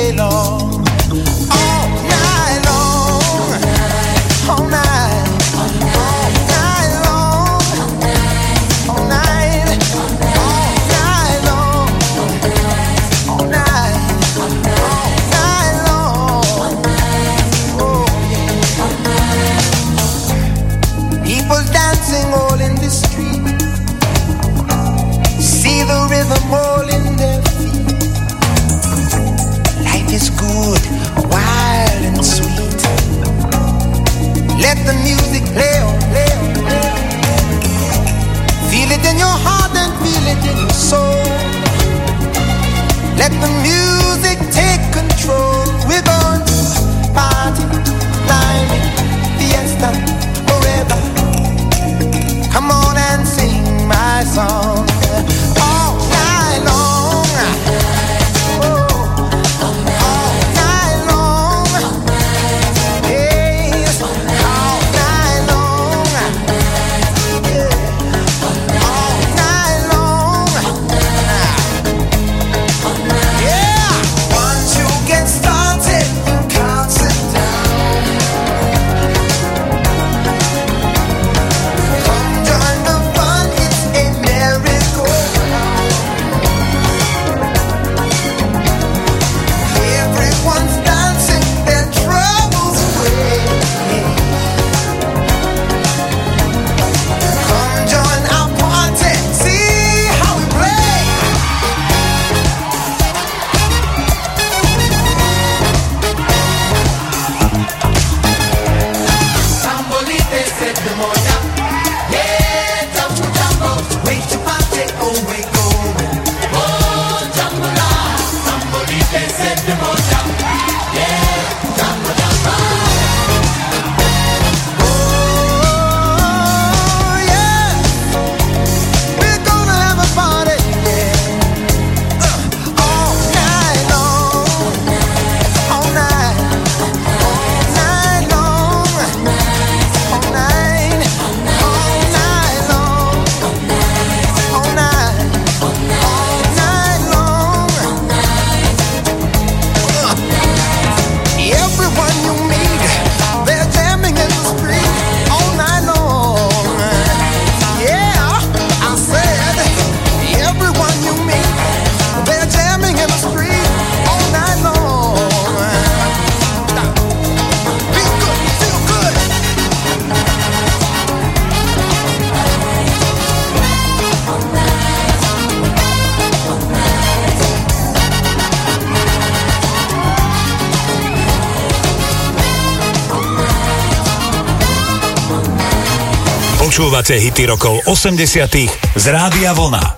Počúvate hity rokov osemdesiatych z Rádia Vlna.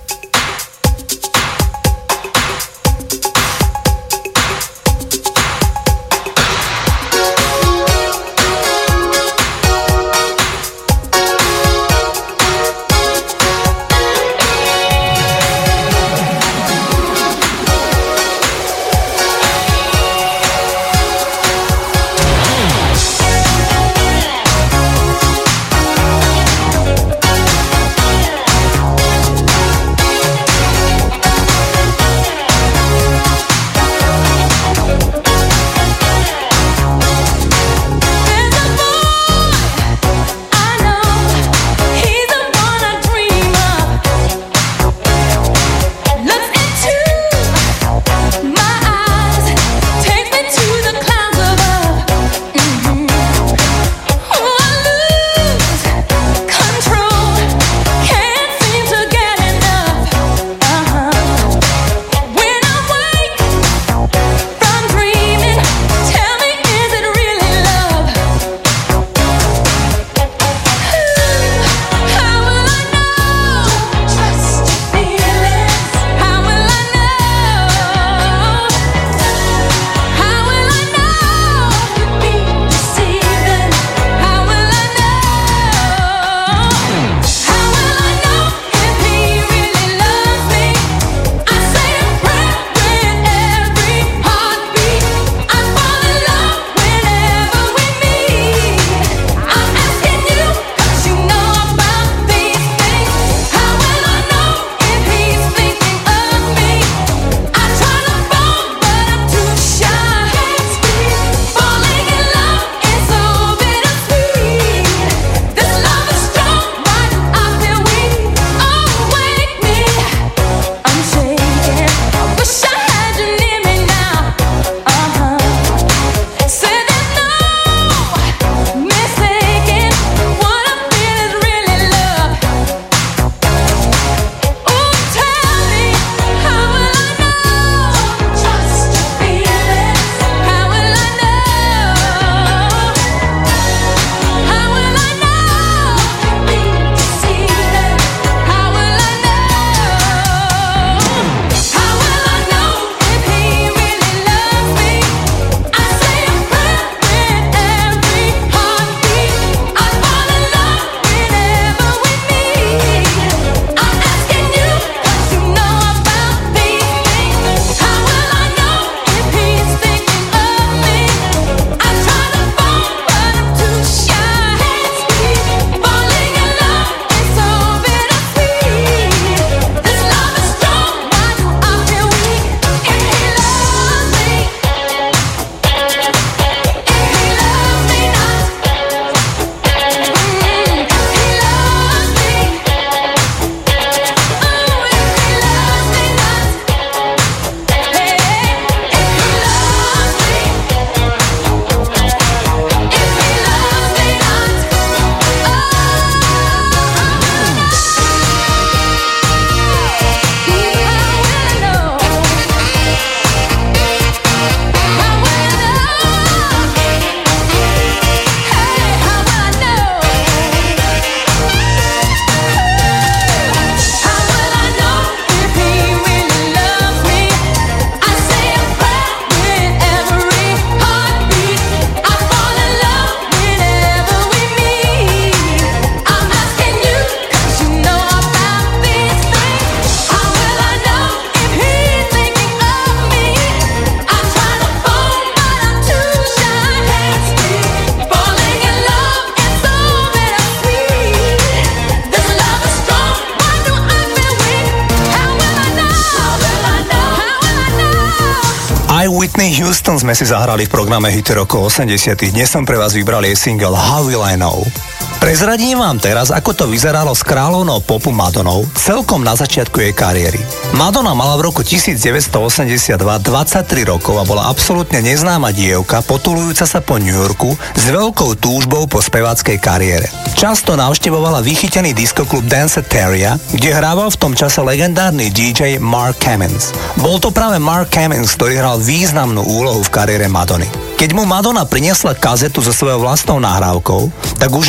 Whitney Houston sme si zahrali v programe Hity rokov osemdesiatych. Dnes som pre vás vybral jej single How Will I Know. Prezradím vám teraz, ako to vyzeralo s kráľovnou popu Madonou celkom na začiatku jej kariéry. Madonna mala v roku devätnásťstoosemdesiatdva dvadsaťtri rokov a bola absolútne neznáma dievka, potulujúca sa po New Yorku s veľkou túžbou po speváckej kariére. Často navštevovala vychytený diskoklub Danceteria, kde hrával v tom čase legendárny dý džej Mark Cummins. Bol to práve Mark Cummins, ktorý hral významnú úlohu v kariére Madony. Keď mu Madonna priniesla kazetu so svojou vlastnou nahrávkou, tak už vo viac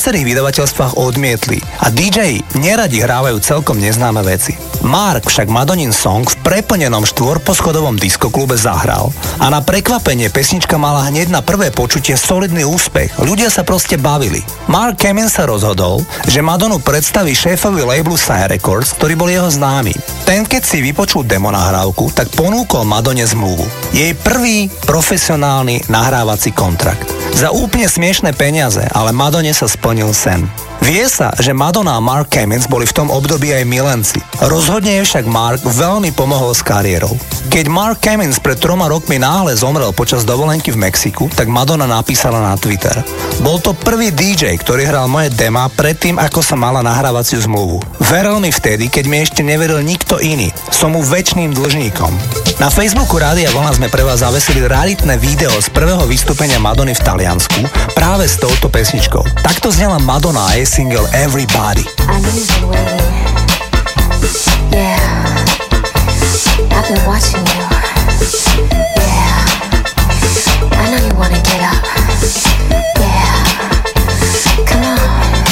viacerých vydavateľstvách odmietli a dí džeji neradi hrávajú celkom neznáme veci. Mark však Madonin song v preplnenom štvorposchodovom diskoklube zahral a na prekvapenie pesnička mala hneď na prvé počutie solidný úspech. Ľudia sa proste bavili. Mark Kamen sa rozhodol, že Madonu predstaví šéfovi labelu Sire Records, ktorý bol jeho známy. Ten, keď si vypočul demo nahrávku, tak ponúkol Madone zmluvu. Jej prvý profesionálny nahrávací kontrakt. Za úplne smiešné peniaze, ale Madone sa splnil sen. Vie sa, že Madonna a Mark Kamens boli v tom období aj milenci. Rozhodne je však Mark veľmi pomohol s kariérou. Keď Mark Kamens pred troma rokmi náhle zomrel počas dovolenky v Mexiku, tak Madonna napísala na Twitter: bol to prvý dí džej, ktorý hral moje dema predtým, ako som mala nahrávaciu zmluvu. Veril mi vtedy, keď mi ešte neveril nikto iný. Som mu večným dlžníkom. Na Facebooku Rádia Vlna sme pre vás zavesili raritné video z prvého vystúpenia Madony v Taliansku práve s touto pesničkou. Takto znela Madonna a jej single Everybody. I know you've been waiting. Yeah, I've been watching you. Yeah, I know you wanna get up. Yeah, come on.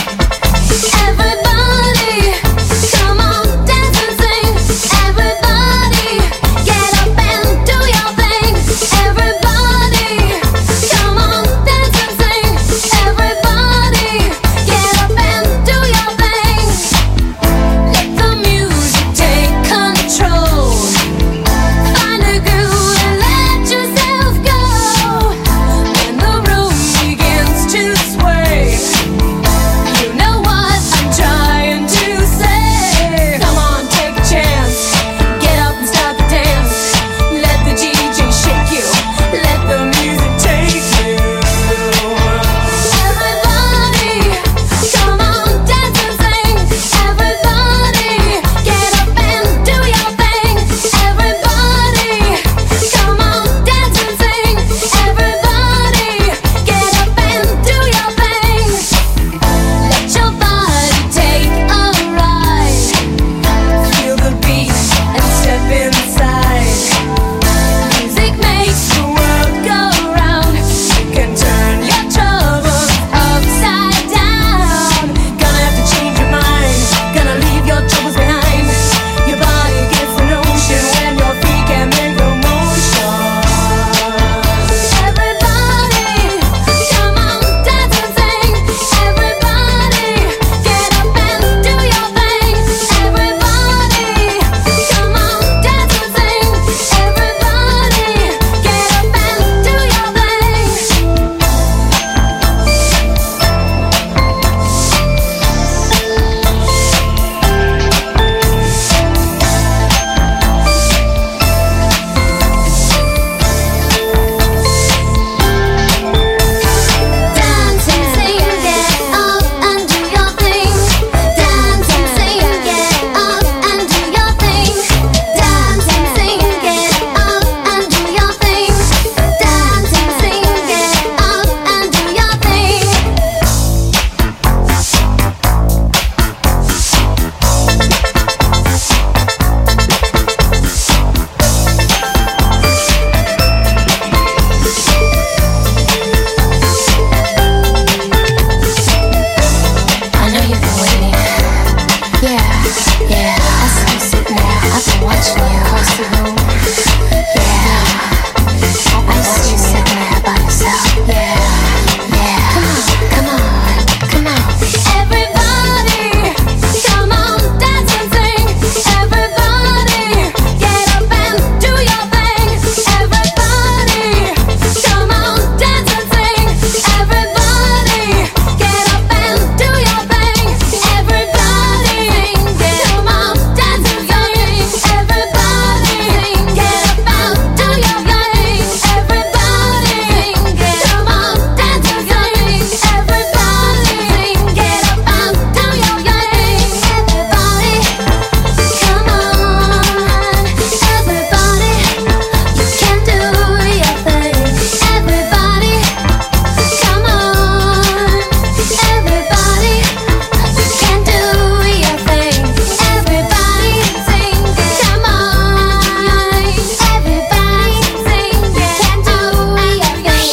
Everybody, come on, dance and sing. Everybody, get up and do your thing. Everybody, come on, dance and sing. Everybody, get up and do your thing. Let the music take control. Find a groove and let yourself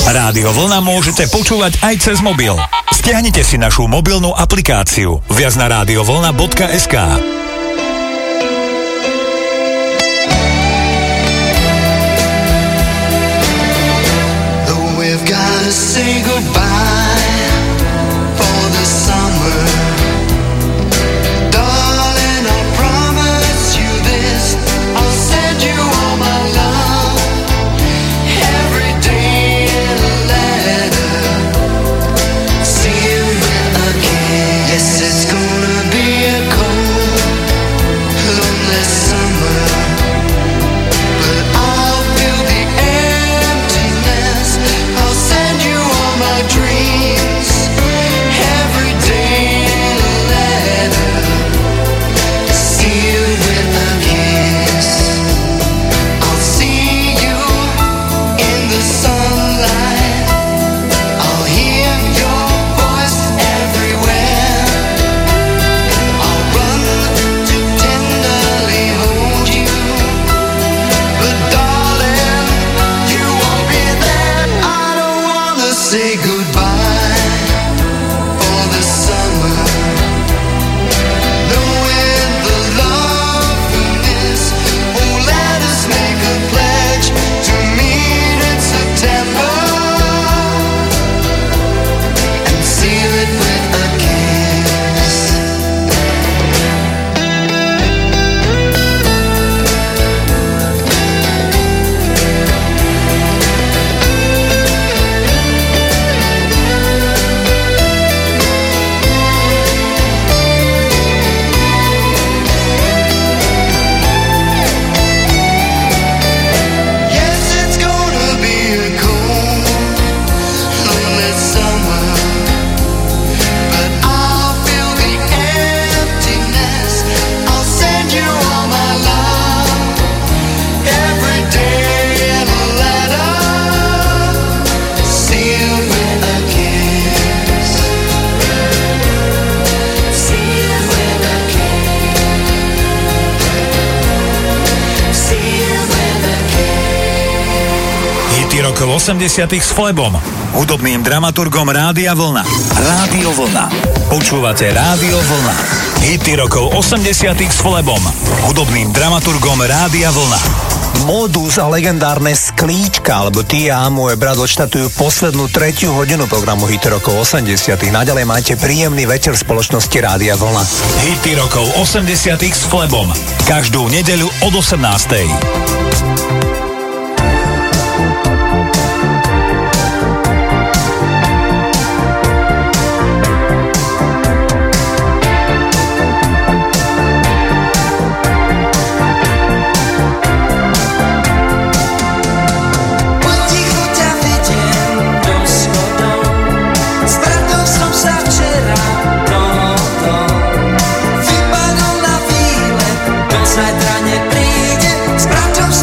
Rádio Vlna môžete počúvať aj cez mobil. Stiahnite si našu mobilnú aplikáciu. Viac na radiovlna bodka es ká. We've gotta say goodbye for the summer. Darling, I promise you this, I'll send you all my love every day in a letter. See you again. Yes, it's gonna be a cold, lonely summer, but I'll feel the emptiness. I'll send you all my dreams every day in a letter. See you with a kiss. I'll see you in the sunlight. I'll hear your voice everywhere. I'll run to tenderly hold you, but darling, you won't be there. I don't wanna say goodbye for the summer, knowing the love we miss. Oh, let us make a pledge to meet in September and seal it with a kiss. Yes, it's gonna be a cold, lonely summer, but I'll feel the emptiness. I'll send you all my love every day in a letter, sealed with a kiss. Sealed with a kiss. Sealed with a kiss. Hity rokov osemdesiatych s Flebom, hudobným dramaturgom Rádia Vlna. Rádio Vlna. Počúvate Rádio Vlna. Hity rokov osemdesiatych s Flebom, hudobným dramaturgom Rádia Vlna. Modus a legendárne Sklíčka, alebo Ty a môj brat odštatujú poslednú tretiu hodinu programu Hity rokov osemdesiatych. Naďalej máte príjemný večer v spoločnosti Rádia Vlna. Hity rokov osemdesiatych s Flebom. Každú nedeľu od osemnástej. Potichu ťa vidiem do schodov, s bratom som sa včera dohodol. Vypadol na výlet, do zajtra nepríde, s bratom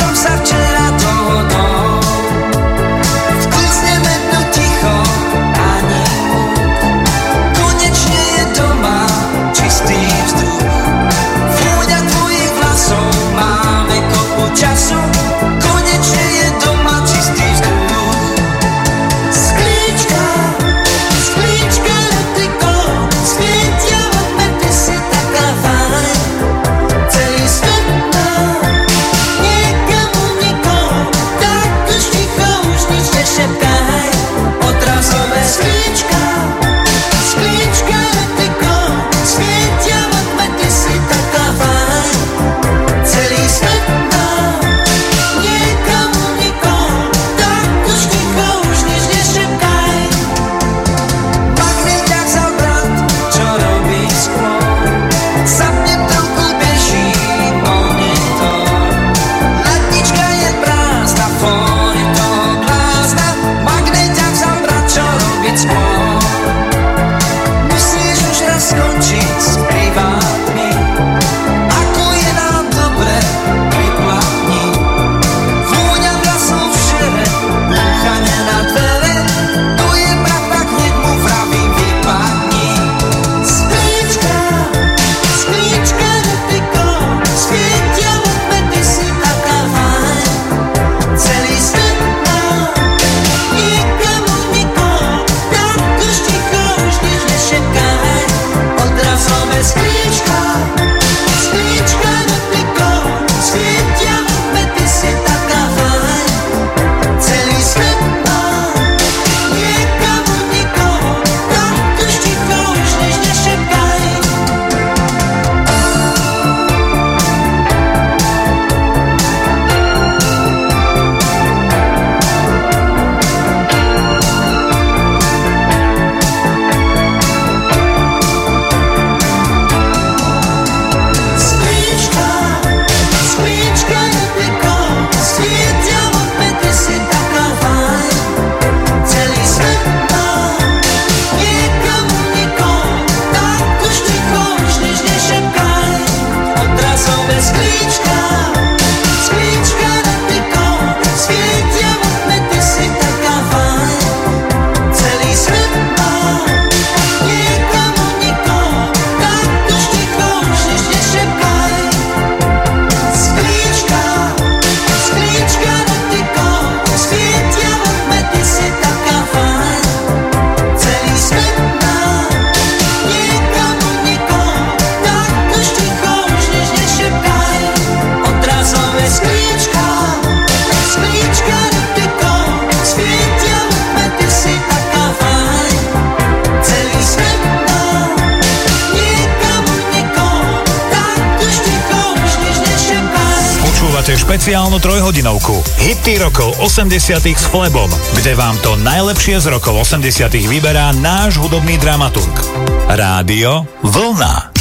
Počúvate špeciálnu trojhodinovku Hity rokov osemdesiatych s Flebom, kde vám to najlepšie z rokov osemdesiatych vyberá náš hudobný dramaturg. Rádio Vlna.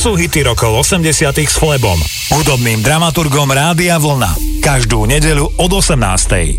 sú hity rokov osemdesiatych s Flebom, hudobným dramaturgom Rádia Vlna. Každú nedeľu od osemnástej.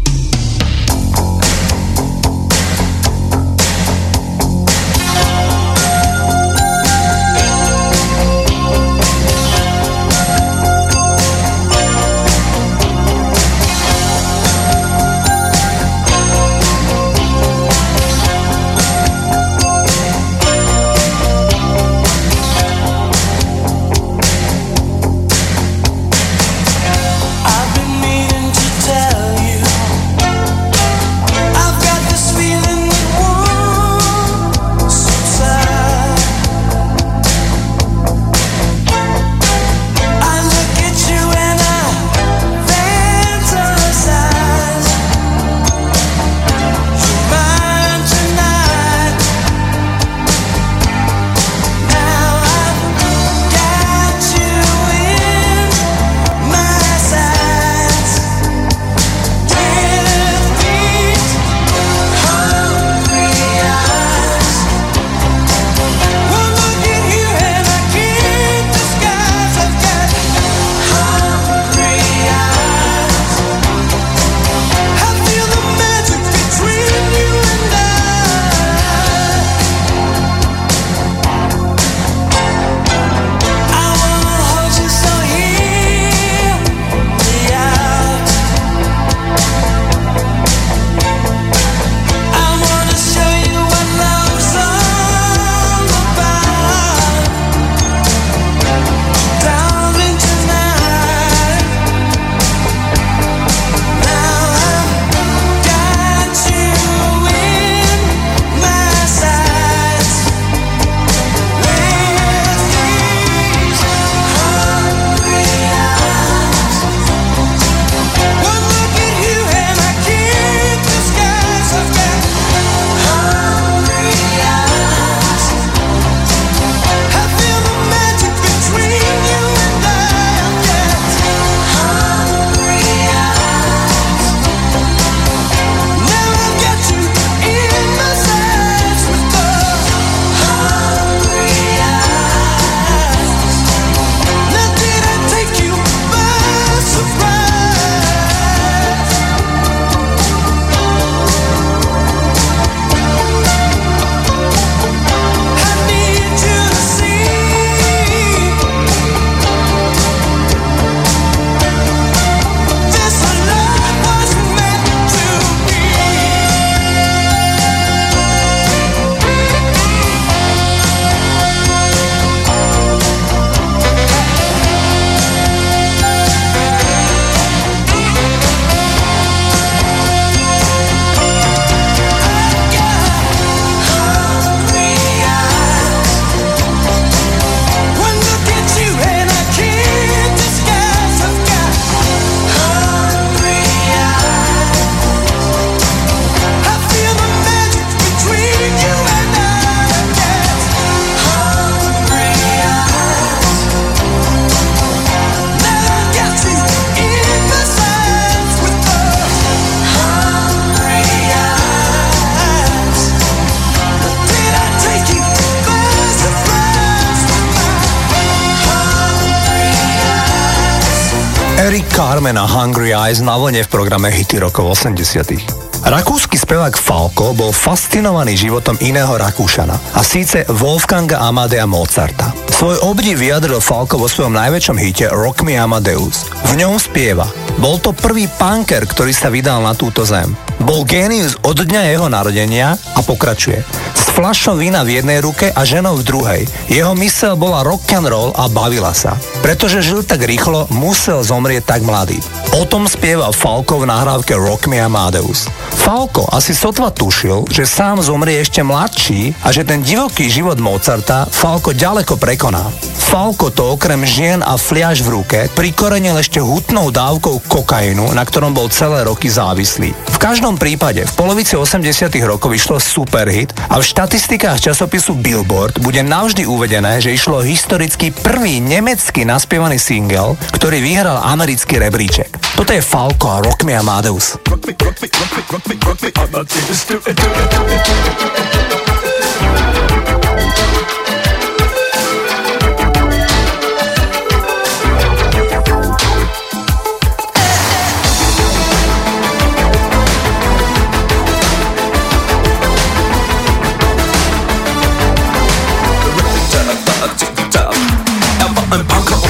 Eric Carmen a Hungry Eyes na vlne v programe Hity rokov osemdesiatych. Rakúsky spevák Falco bol fascinovaný životom iného Rakúšana, a síce Wolfganga Amadea Mozarta. Svoj obdiv vyjadril Falco vo svojom najväčšom hite Rock Me Amadeus. V ňom spieva: bol to prvý punker, ktorý sa vydal na túto zem. Bol génius od dňa jeho narodenia a pokračuje. S fľašou vína v jednej ruke a ženou v druhej. Jeho myseľ bola rock and roll a bavila sa. Pretože žil tak rýchlo, musel zomrieť tak mladý. O tom spieval Falco v nahrávke Rock Me Amadeus. Falco asi sotva tušil, že sám zomrie ešte mladší a že ten divoký život Mozarta Falco ďaleko prekoná. Falco to okrem žien a fliaš v ruke prikorenil ešte hutnou dávkou kokainu, na ktorom bol celé roky závislý. V každom prípade v polovici osemdesiatych rokov vyšlo superhit a v štatistikách časopisu Billboard bude navždy uvedené, že išlo historicky prvý nemecký naspievaný single, ktorý vyhral americký rebríček. Toto je Falco a Rock Me Amadeus. Rock me, rock me, rock me, rock me, rock me, Amadeus, do it, do it, do it.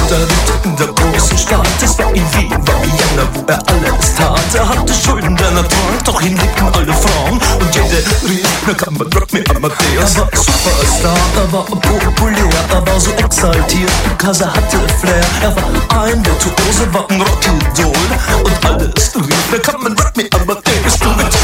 unter den Decken der großen Stadt. Es war in Wien, war Vienna, wo er alles tat. Er hatte Schulden der Natur, doch ihn liebten alle Frauen. Und jede rief, na kann man Rock me Amadeus. Er war Superstar, er war populär, er war so exaltiert, because er hatte Flair. Er war ein Virtuose, war ein Rockidol. Und alles rief, na kann man Rock me Amadeus. Du mit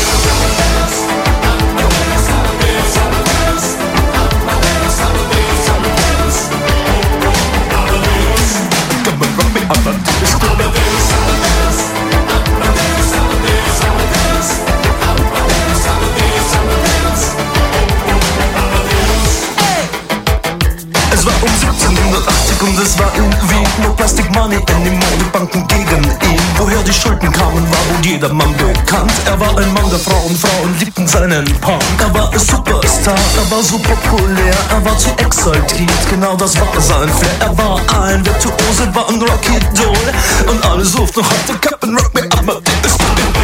Es war um siebzehnhundertachtzig und es war in Wien. No Plastic Money anymore, die Banken gegen ihn. Woher die Schulden kamen, war wohl jedermann bekannt. Er war ein Mann der Frauen, Frauen liebten seinen Punk. Er war ein Superstar, er war so populär, er war zu exaltiert, genau das war sein Flair. Er war ein Virtuose, war ein Rockidol. Und alle suchten heute Captain Rock me Amadeus.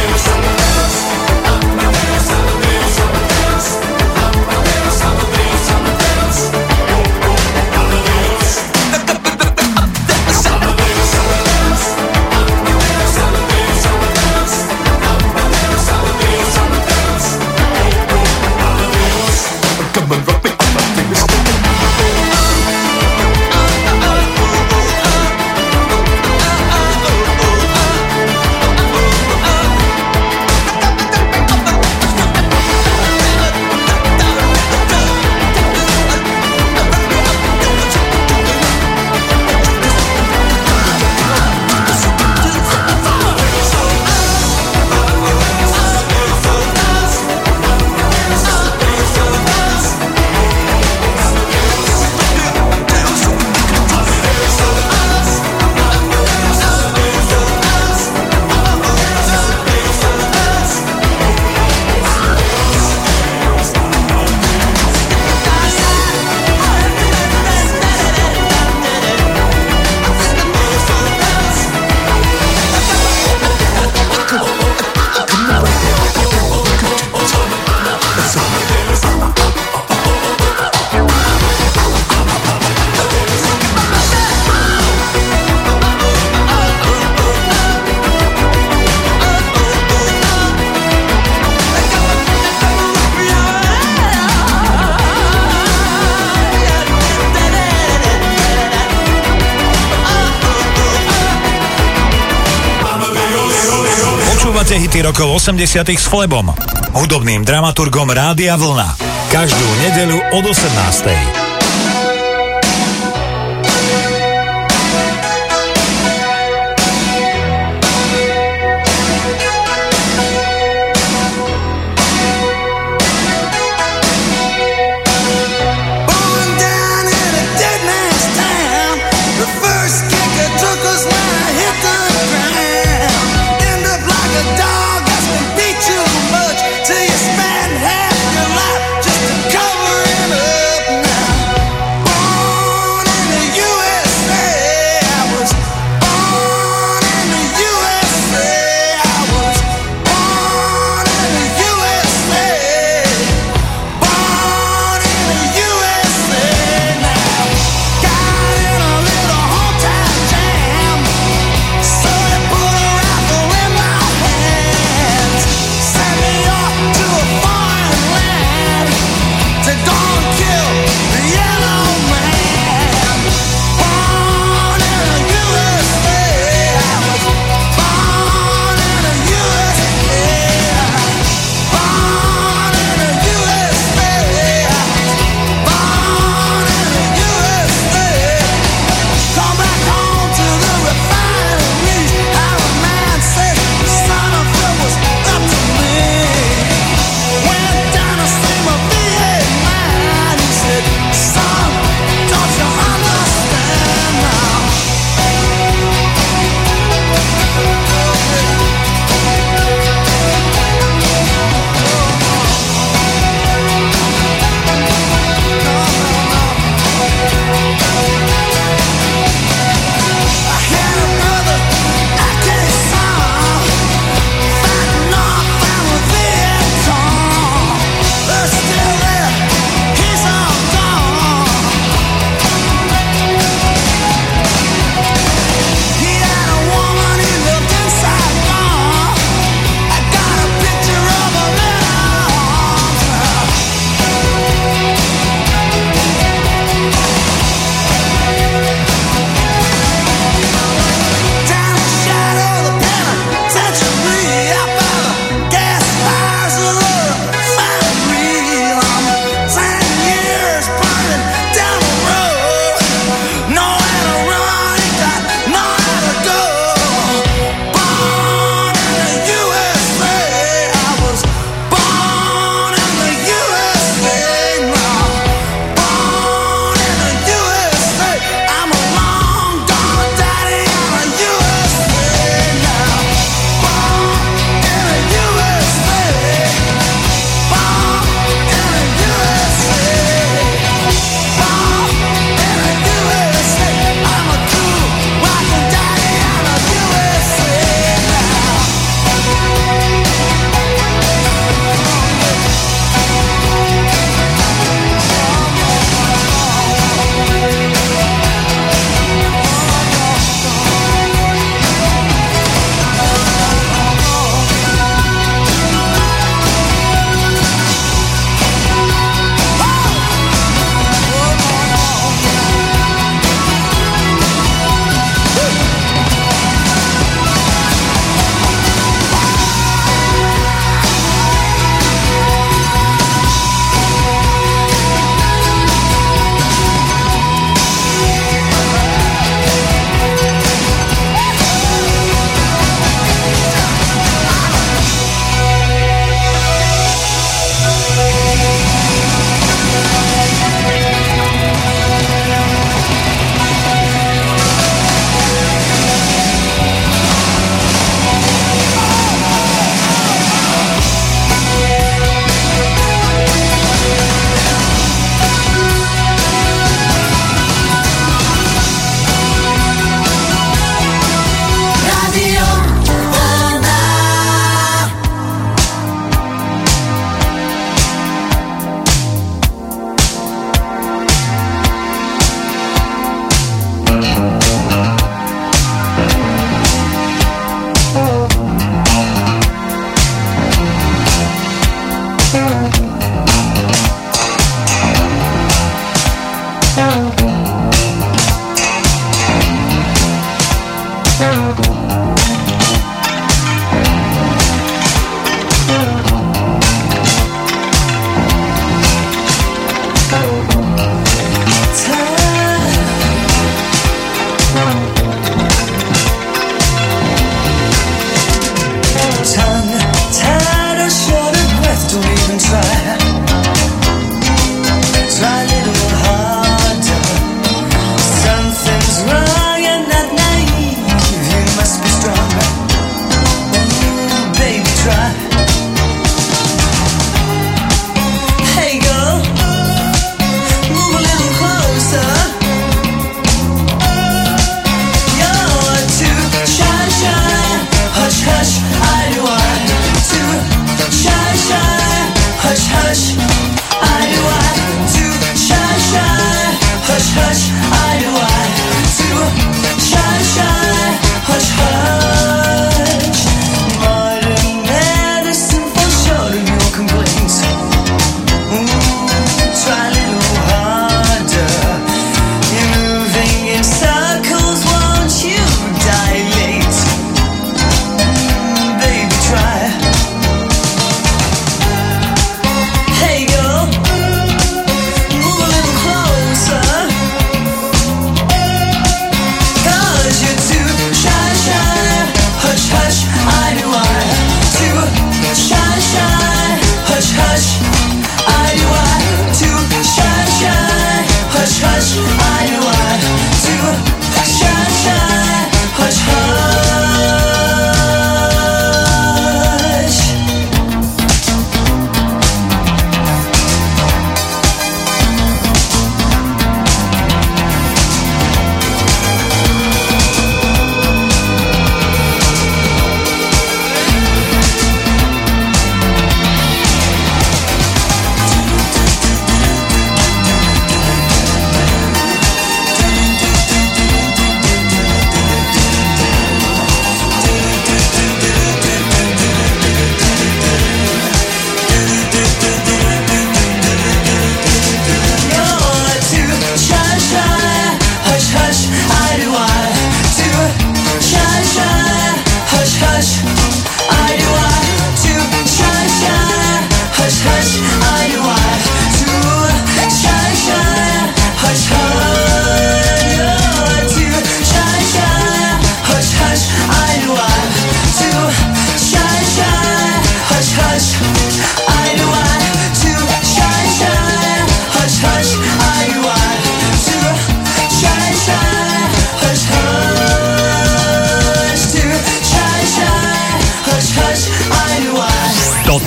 Hity rokov osemdesiatych s Flebom, hudobným dramaturgom Rádia Vlna. Každú nedeľu od osemnástej. Till you spend half your life just covering up now.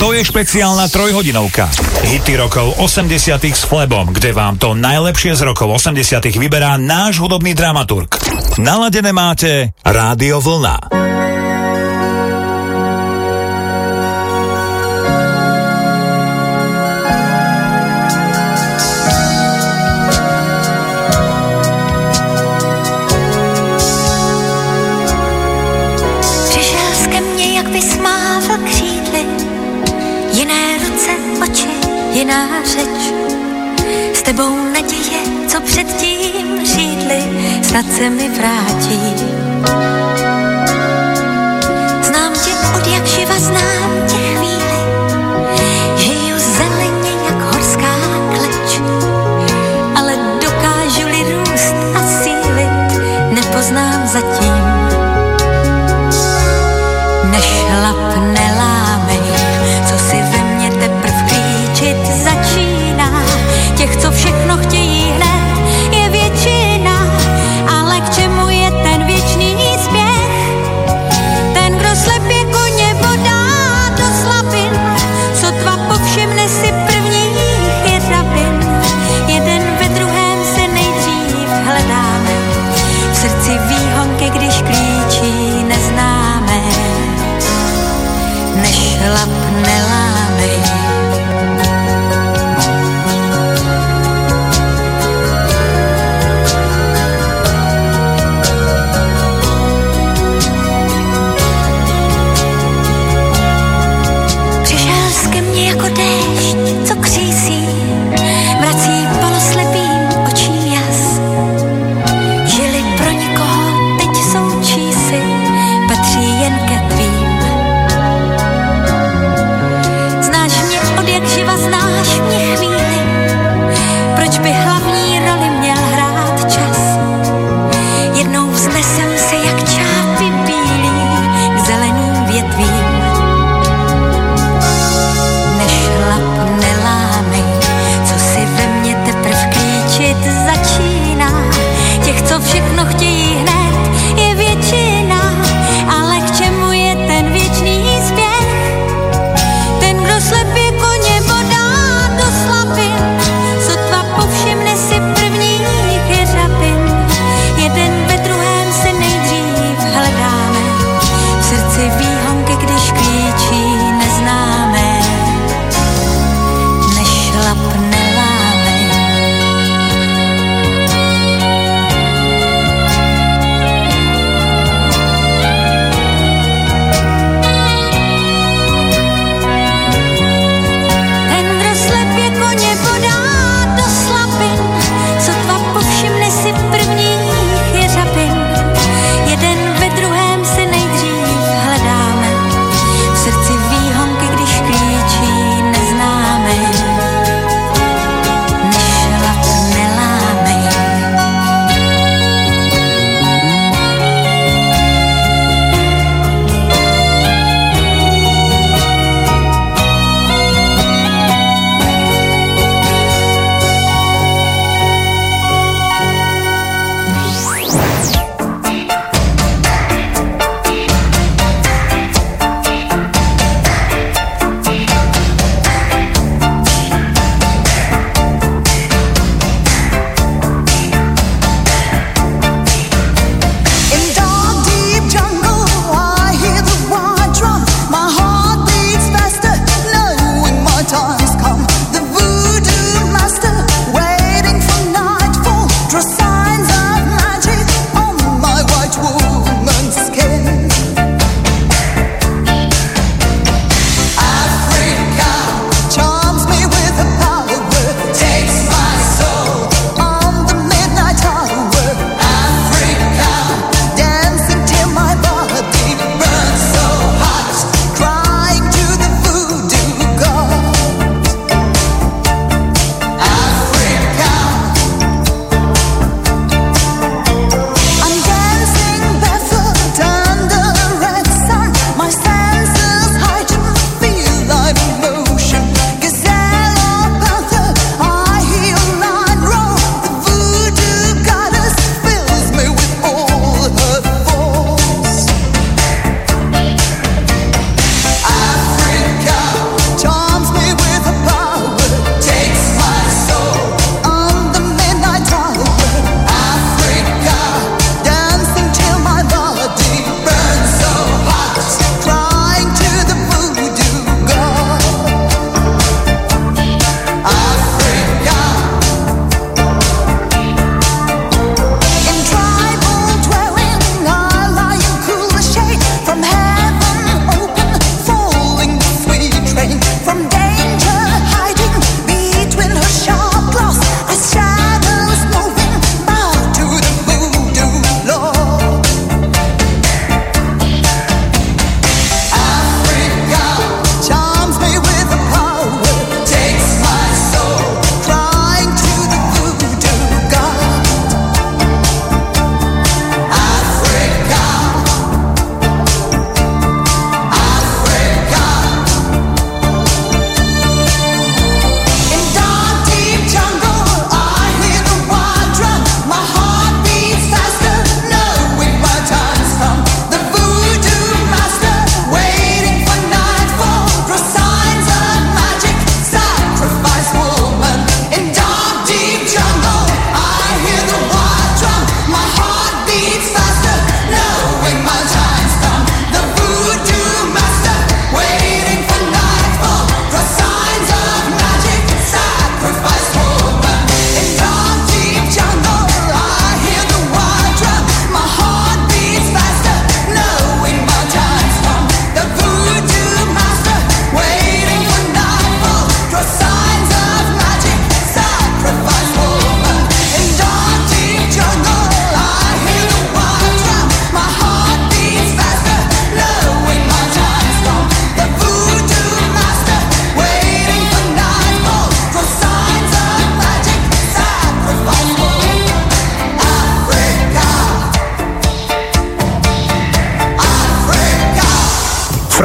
To je špeciálna trojhodinovka. Hity rokov osemdesiatych s Flebom, kde vám to najlepšie z rokov osemdesiatych vyberá náš hudobný dramaturg. Naladené máte Rádio Vlna. Jiná řeč, s tebou naděje, co předtím řídli, snad se mi vrátí. Znám tě od jak živa, znám tě chvíli, žiju zeleně jak horská kleč, ale dokážu-li růst a sílit, nepoznám zatím. Nešlap, nelámej, co si ve mně teprv klíčit začíná. Těch, co všechno chtějí hned, je většina, ale k čemu je ten věčný spěch? Ten, kdo slepě koně bodá,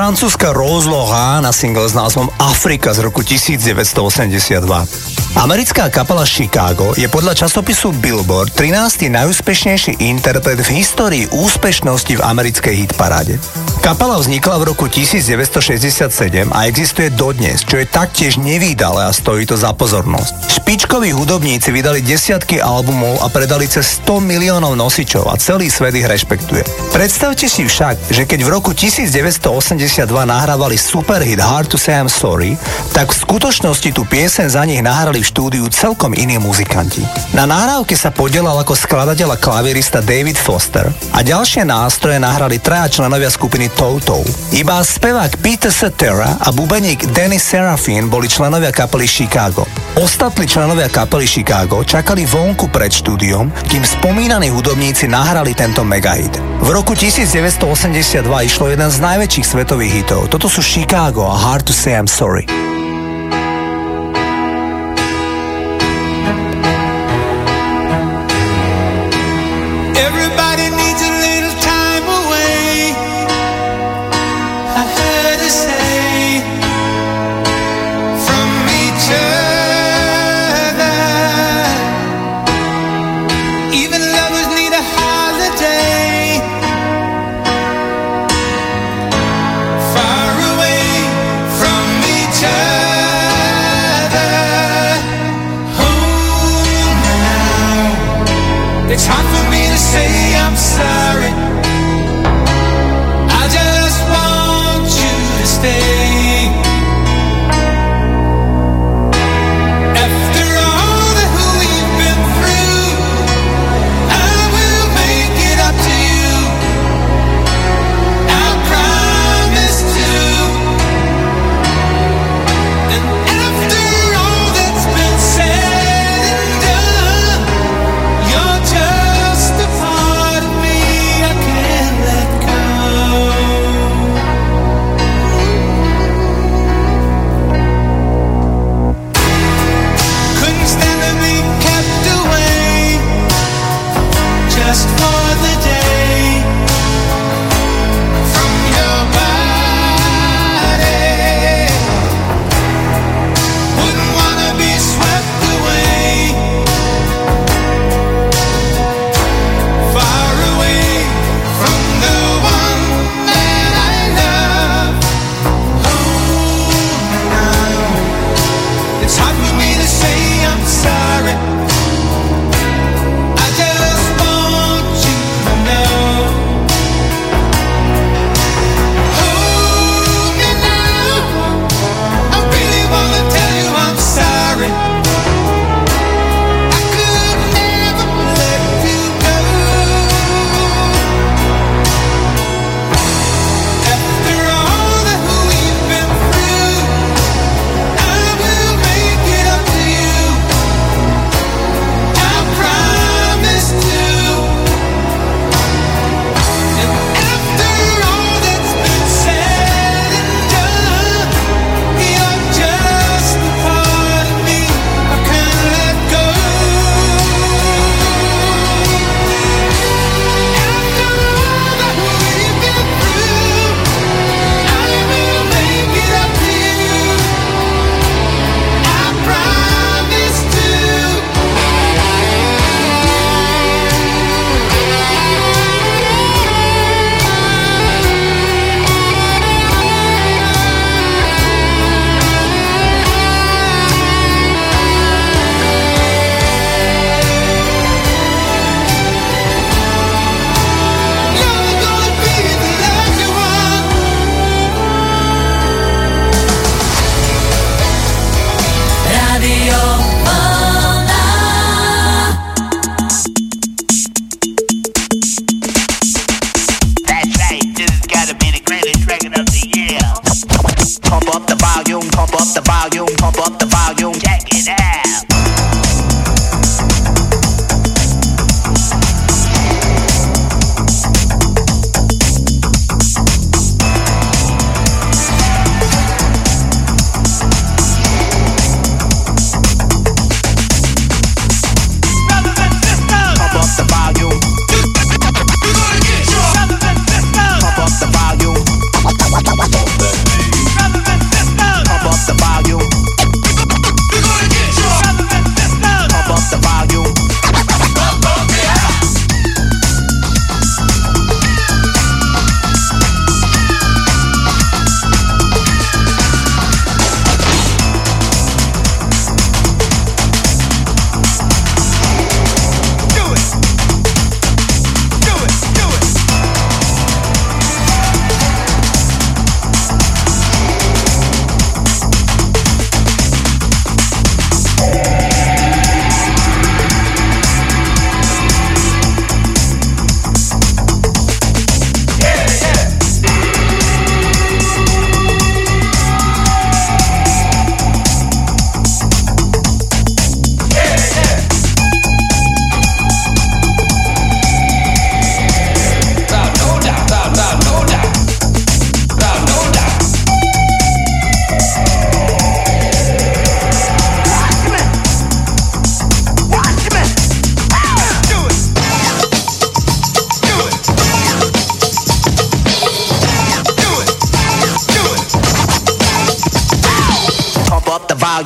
francúzska Rose Laurent na single s názvom Afrika z roku devätnásťstoosemdesiatdva. Americká kapela Chicago je podľa časopisu Billboard trinásty najúspešnejší interpret v histórii úspešnosti v americkej hitparáde. Kapela vznikla v roku devätnásťstošesťdesiatsedem a existuje dodnes, čo je taktiež nevídale a stojí to za pozornosť. Špičkoví hudobníci vydali desiatky albumov a predali cez sto miliónov nosičov a celý svet ich rešpektuje. Predstavte si však, že keď v roku devätnásťstoosemdesiatdva nahrávali superhit Hard to Say I'm Sorry, tak v skutočnosti tú pieseň za nich nahrali v štúdiu celkom iní muzikanti. Na nahrávke sa podielal ako skladateľ a klavírista David Foster a ďalšie nástroje nahrali traja členovia skupiny Toto. Iba spevák Peter Cetera a bubeník Danny Serafin boli členovia kapely Chicago. Ostatní členovia kapely Chicago čakali vonku pred štúdiom, kým spomínaní hudobníci nahrali tento megahit. V roku devätnásťstoosemdesiatdva išlo jeden z najväčších svetových hitov. Toto sú Chicago a Hard to Say I'm Sorry. Everybody needs a little time away, I heard her say, from each other. Even lovers need a holiday, far away from each other.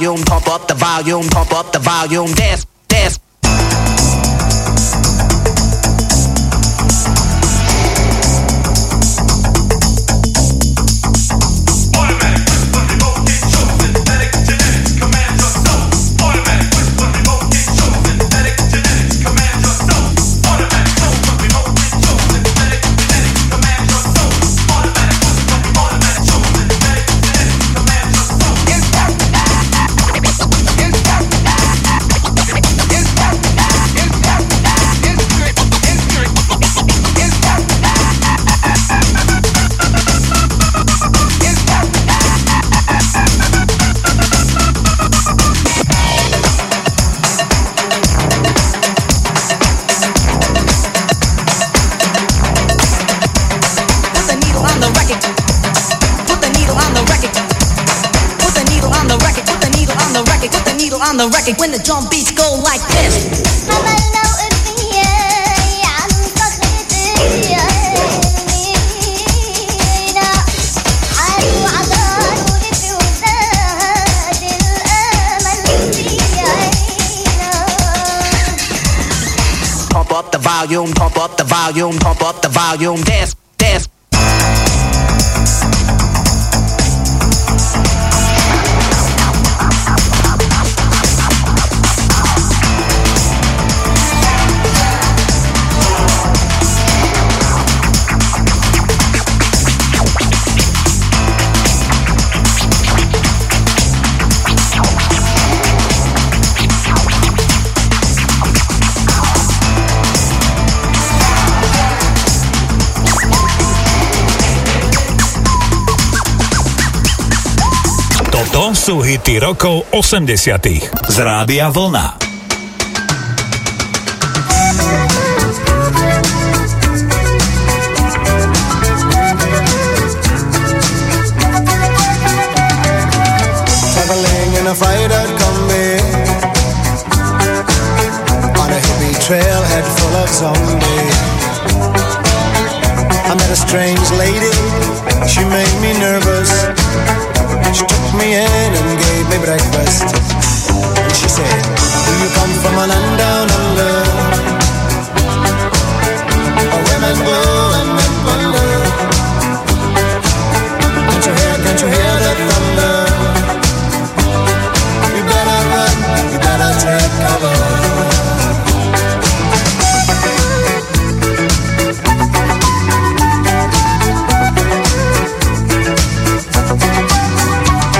volume, pump up the volume, pump up the volume, dance, dance. On the record when the drum beats go like this. Pump up the volume, pump up the volume, pump up the volume, dance, dance. To sú hity rokov osemdesiatych z Rádia Vlna. Traveling in a freighter combi on a hippie trailhead full of zombies. I met a strange lady, she made me nervous. She took me in and gave me breakfast. And she said, do you come from a land down under, where women go and men wonder? Can't you hear, can't you hear the thunder? You better run, you better take cover.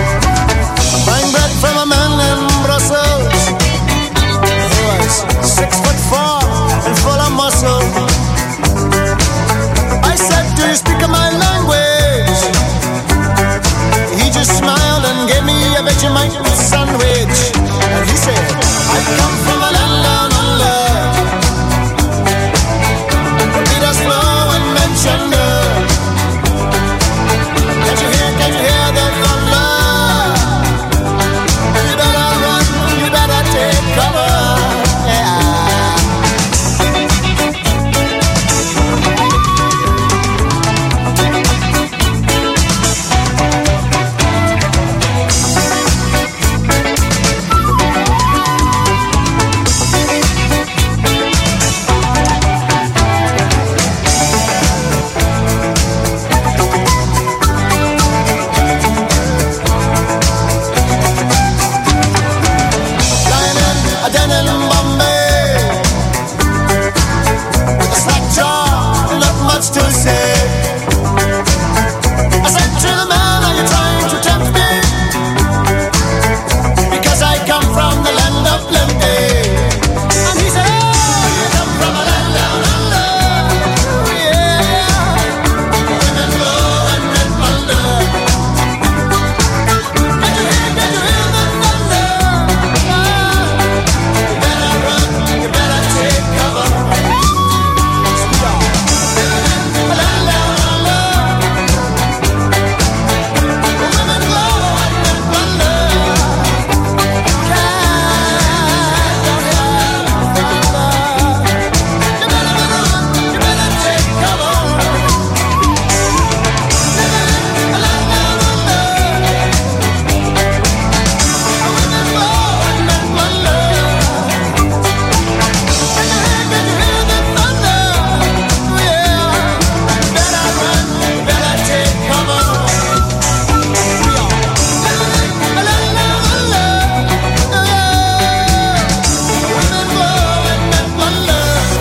Sick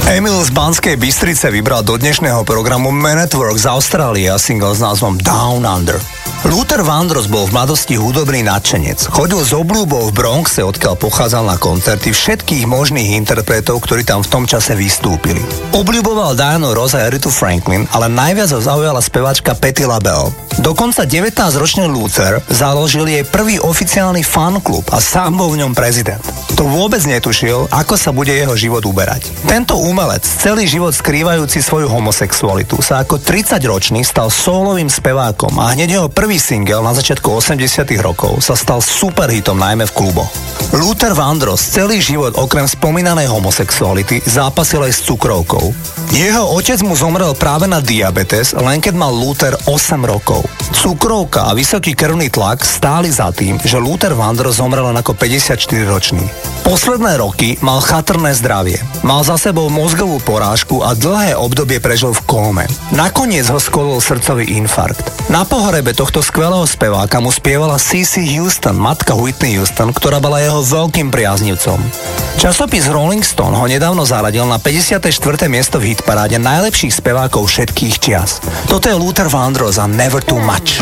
Emil z Banskej Bystrice vybral do dnešného programu Man at Work z Austrálie a single s názvom Down Under. Luther Vandross bol v mladosti hudobný nadšenec. Chodil s obľúbou v Bronxe, odkiaľ pochádzal na koncerty všetkých možných interpretov, ktorí tam v tom čase vystúpili. Obľúboval Dianu Ross a Arethu Franklin, ale najviac ho zaujala speváčka Patti LaBelle. Dokonca devätnásťročný Luther založil jej prvý oficiálny fanklub a sám bol v ňom prezident. To vôbec netušil, ako sa bude jeho život uberať. Tento umelec, celý život skrývajúci svoju homosexualitu, sa ako tridsaťročný stal sólovým spevákom a hneď jeho prvý single na začiatku osemdesiatych rokov sa stal superhitom najmä v kluboch. Luther Vandross celý život okrem spomínanej homosexuality zápasil aj s cukrovkou. Jeho otec mu zomrel práve na diabetes, len keď mal Luther osem rokov. Cukrovka a vysoký krvný tlak stáli za tým, že Luther Vandross zomrel len ako päťdesiatštyriročný. Posledné roky mal chatrné zdravie. Mal za sebou mozgovú porážku a dlhé obdobie prežil v kóme. Nakoniec ho skolil srdcový infarkt. Na pohrebe tohto skvelého speváka mu spievala Cissy Houston, matka Whitney Houston, ktorá bola jeho veľkým priaznivcom. Časopis Rolling Stone ho nedávno zaradil na päťdesiate štvrté miesto v hitparáde najlepších spevákov všetkých čias. Toto je Luther Vandross a Never Too Much.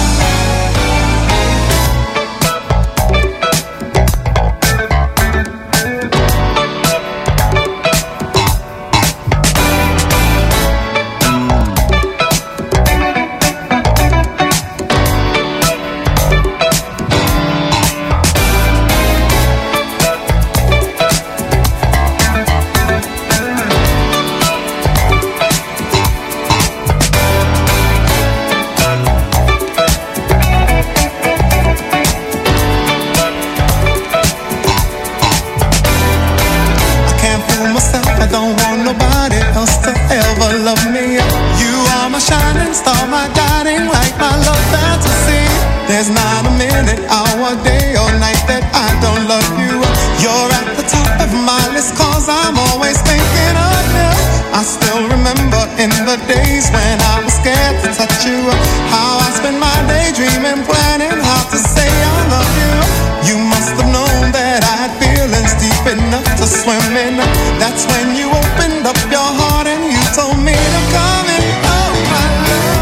There's not a minute, hour, day or night that I don't love you. You're at the top of my list cause I'm always thinking of you. I still remember in the days when I was scared to touch you, how I spent my day dreaming, planning how to say I love you. You must have known that I had feelings deep enough to swim in. That's when you opened up your heart and you told me to come in. Oh my love,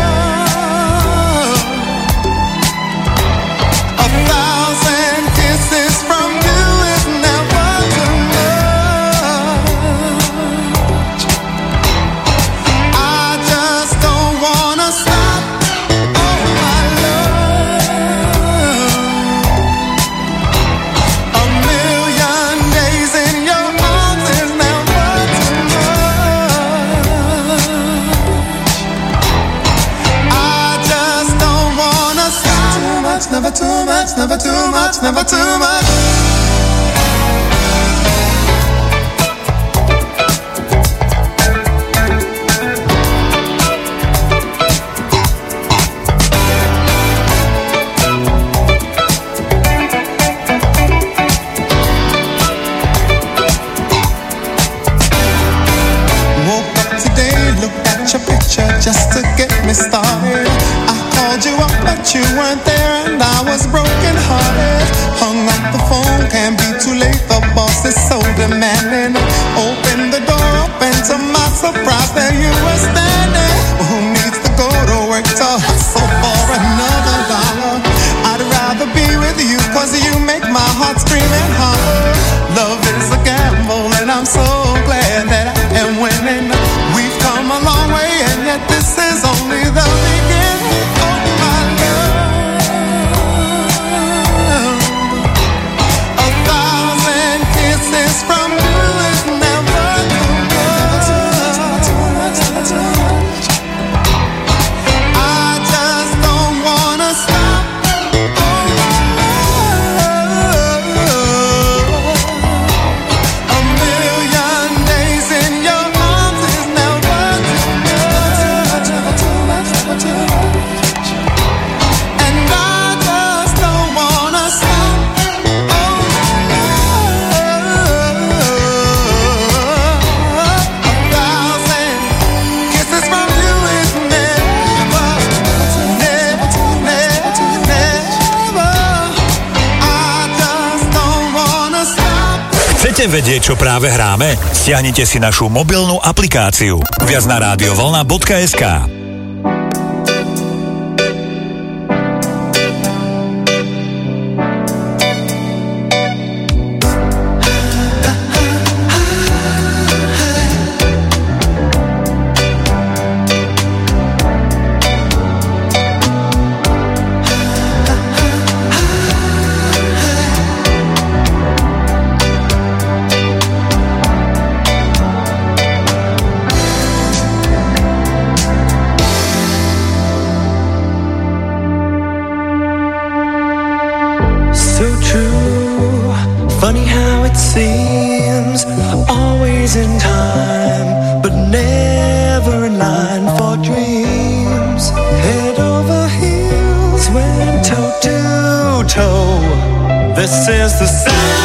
a thousand kisses from you is never too much. I just don't wanna stop. Oh my love, a million days in your arms is never too much. I just don't wanna stop. Too much, never too much, never too much, never too much. Woke up today, looked at your picture just to get me started. I called you up, but you weren't there, and I was broken hearted. Hung up the phone, can't be too late. The boss is so demanding. Opened the door up, and to my surprise, there you were standing. Who needs to go to work to hustle for another dollar? I'd rather be with you, cause you make my heart scream and holler. Love is a gamble, and I'm so glad that I am winning. We've come a long way, and yet this is only the beginning. Oh my love, a thousand kisses from you is never too much. I just don't wanna stop. Oh my love, a million days in your arms is never too much. Chcete vedieť, čo práve hráme? Stiahnite si našu mobilnú aplikáciu. Viac na radiovlna bodka es ká. This is the sound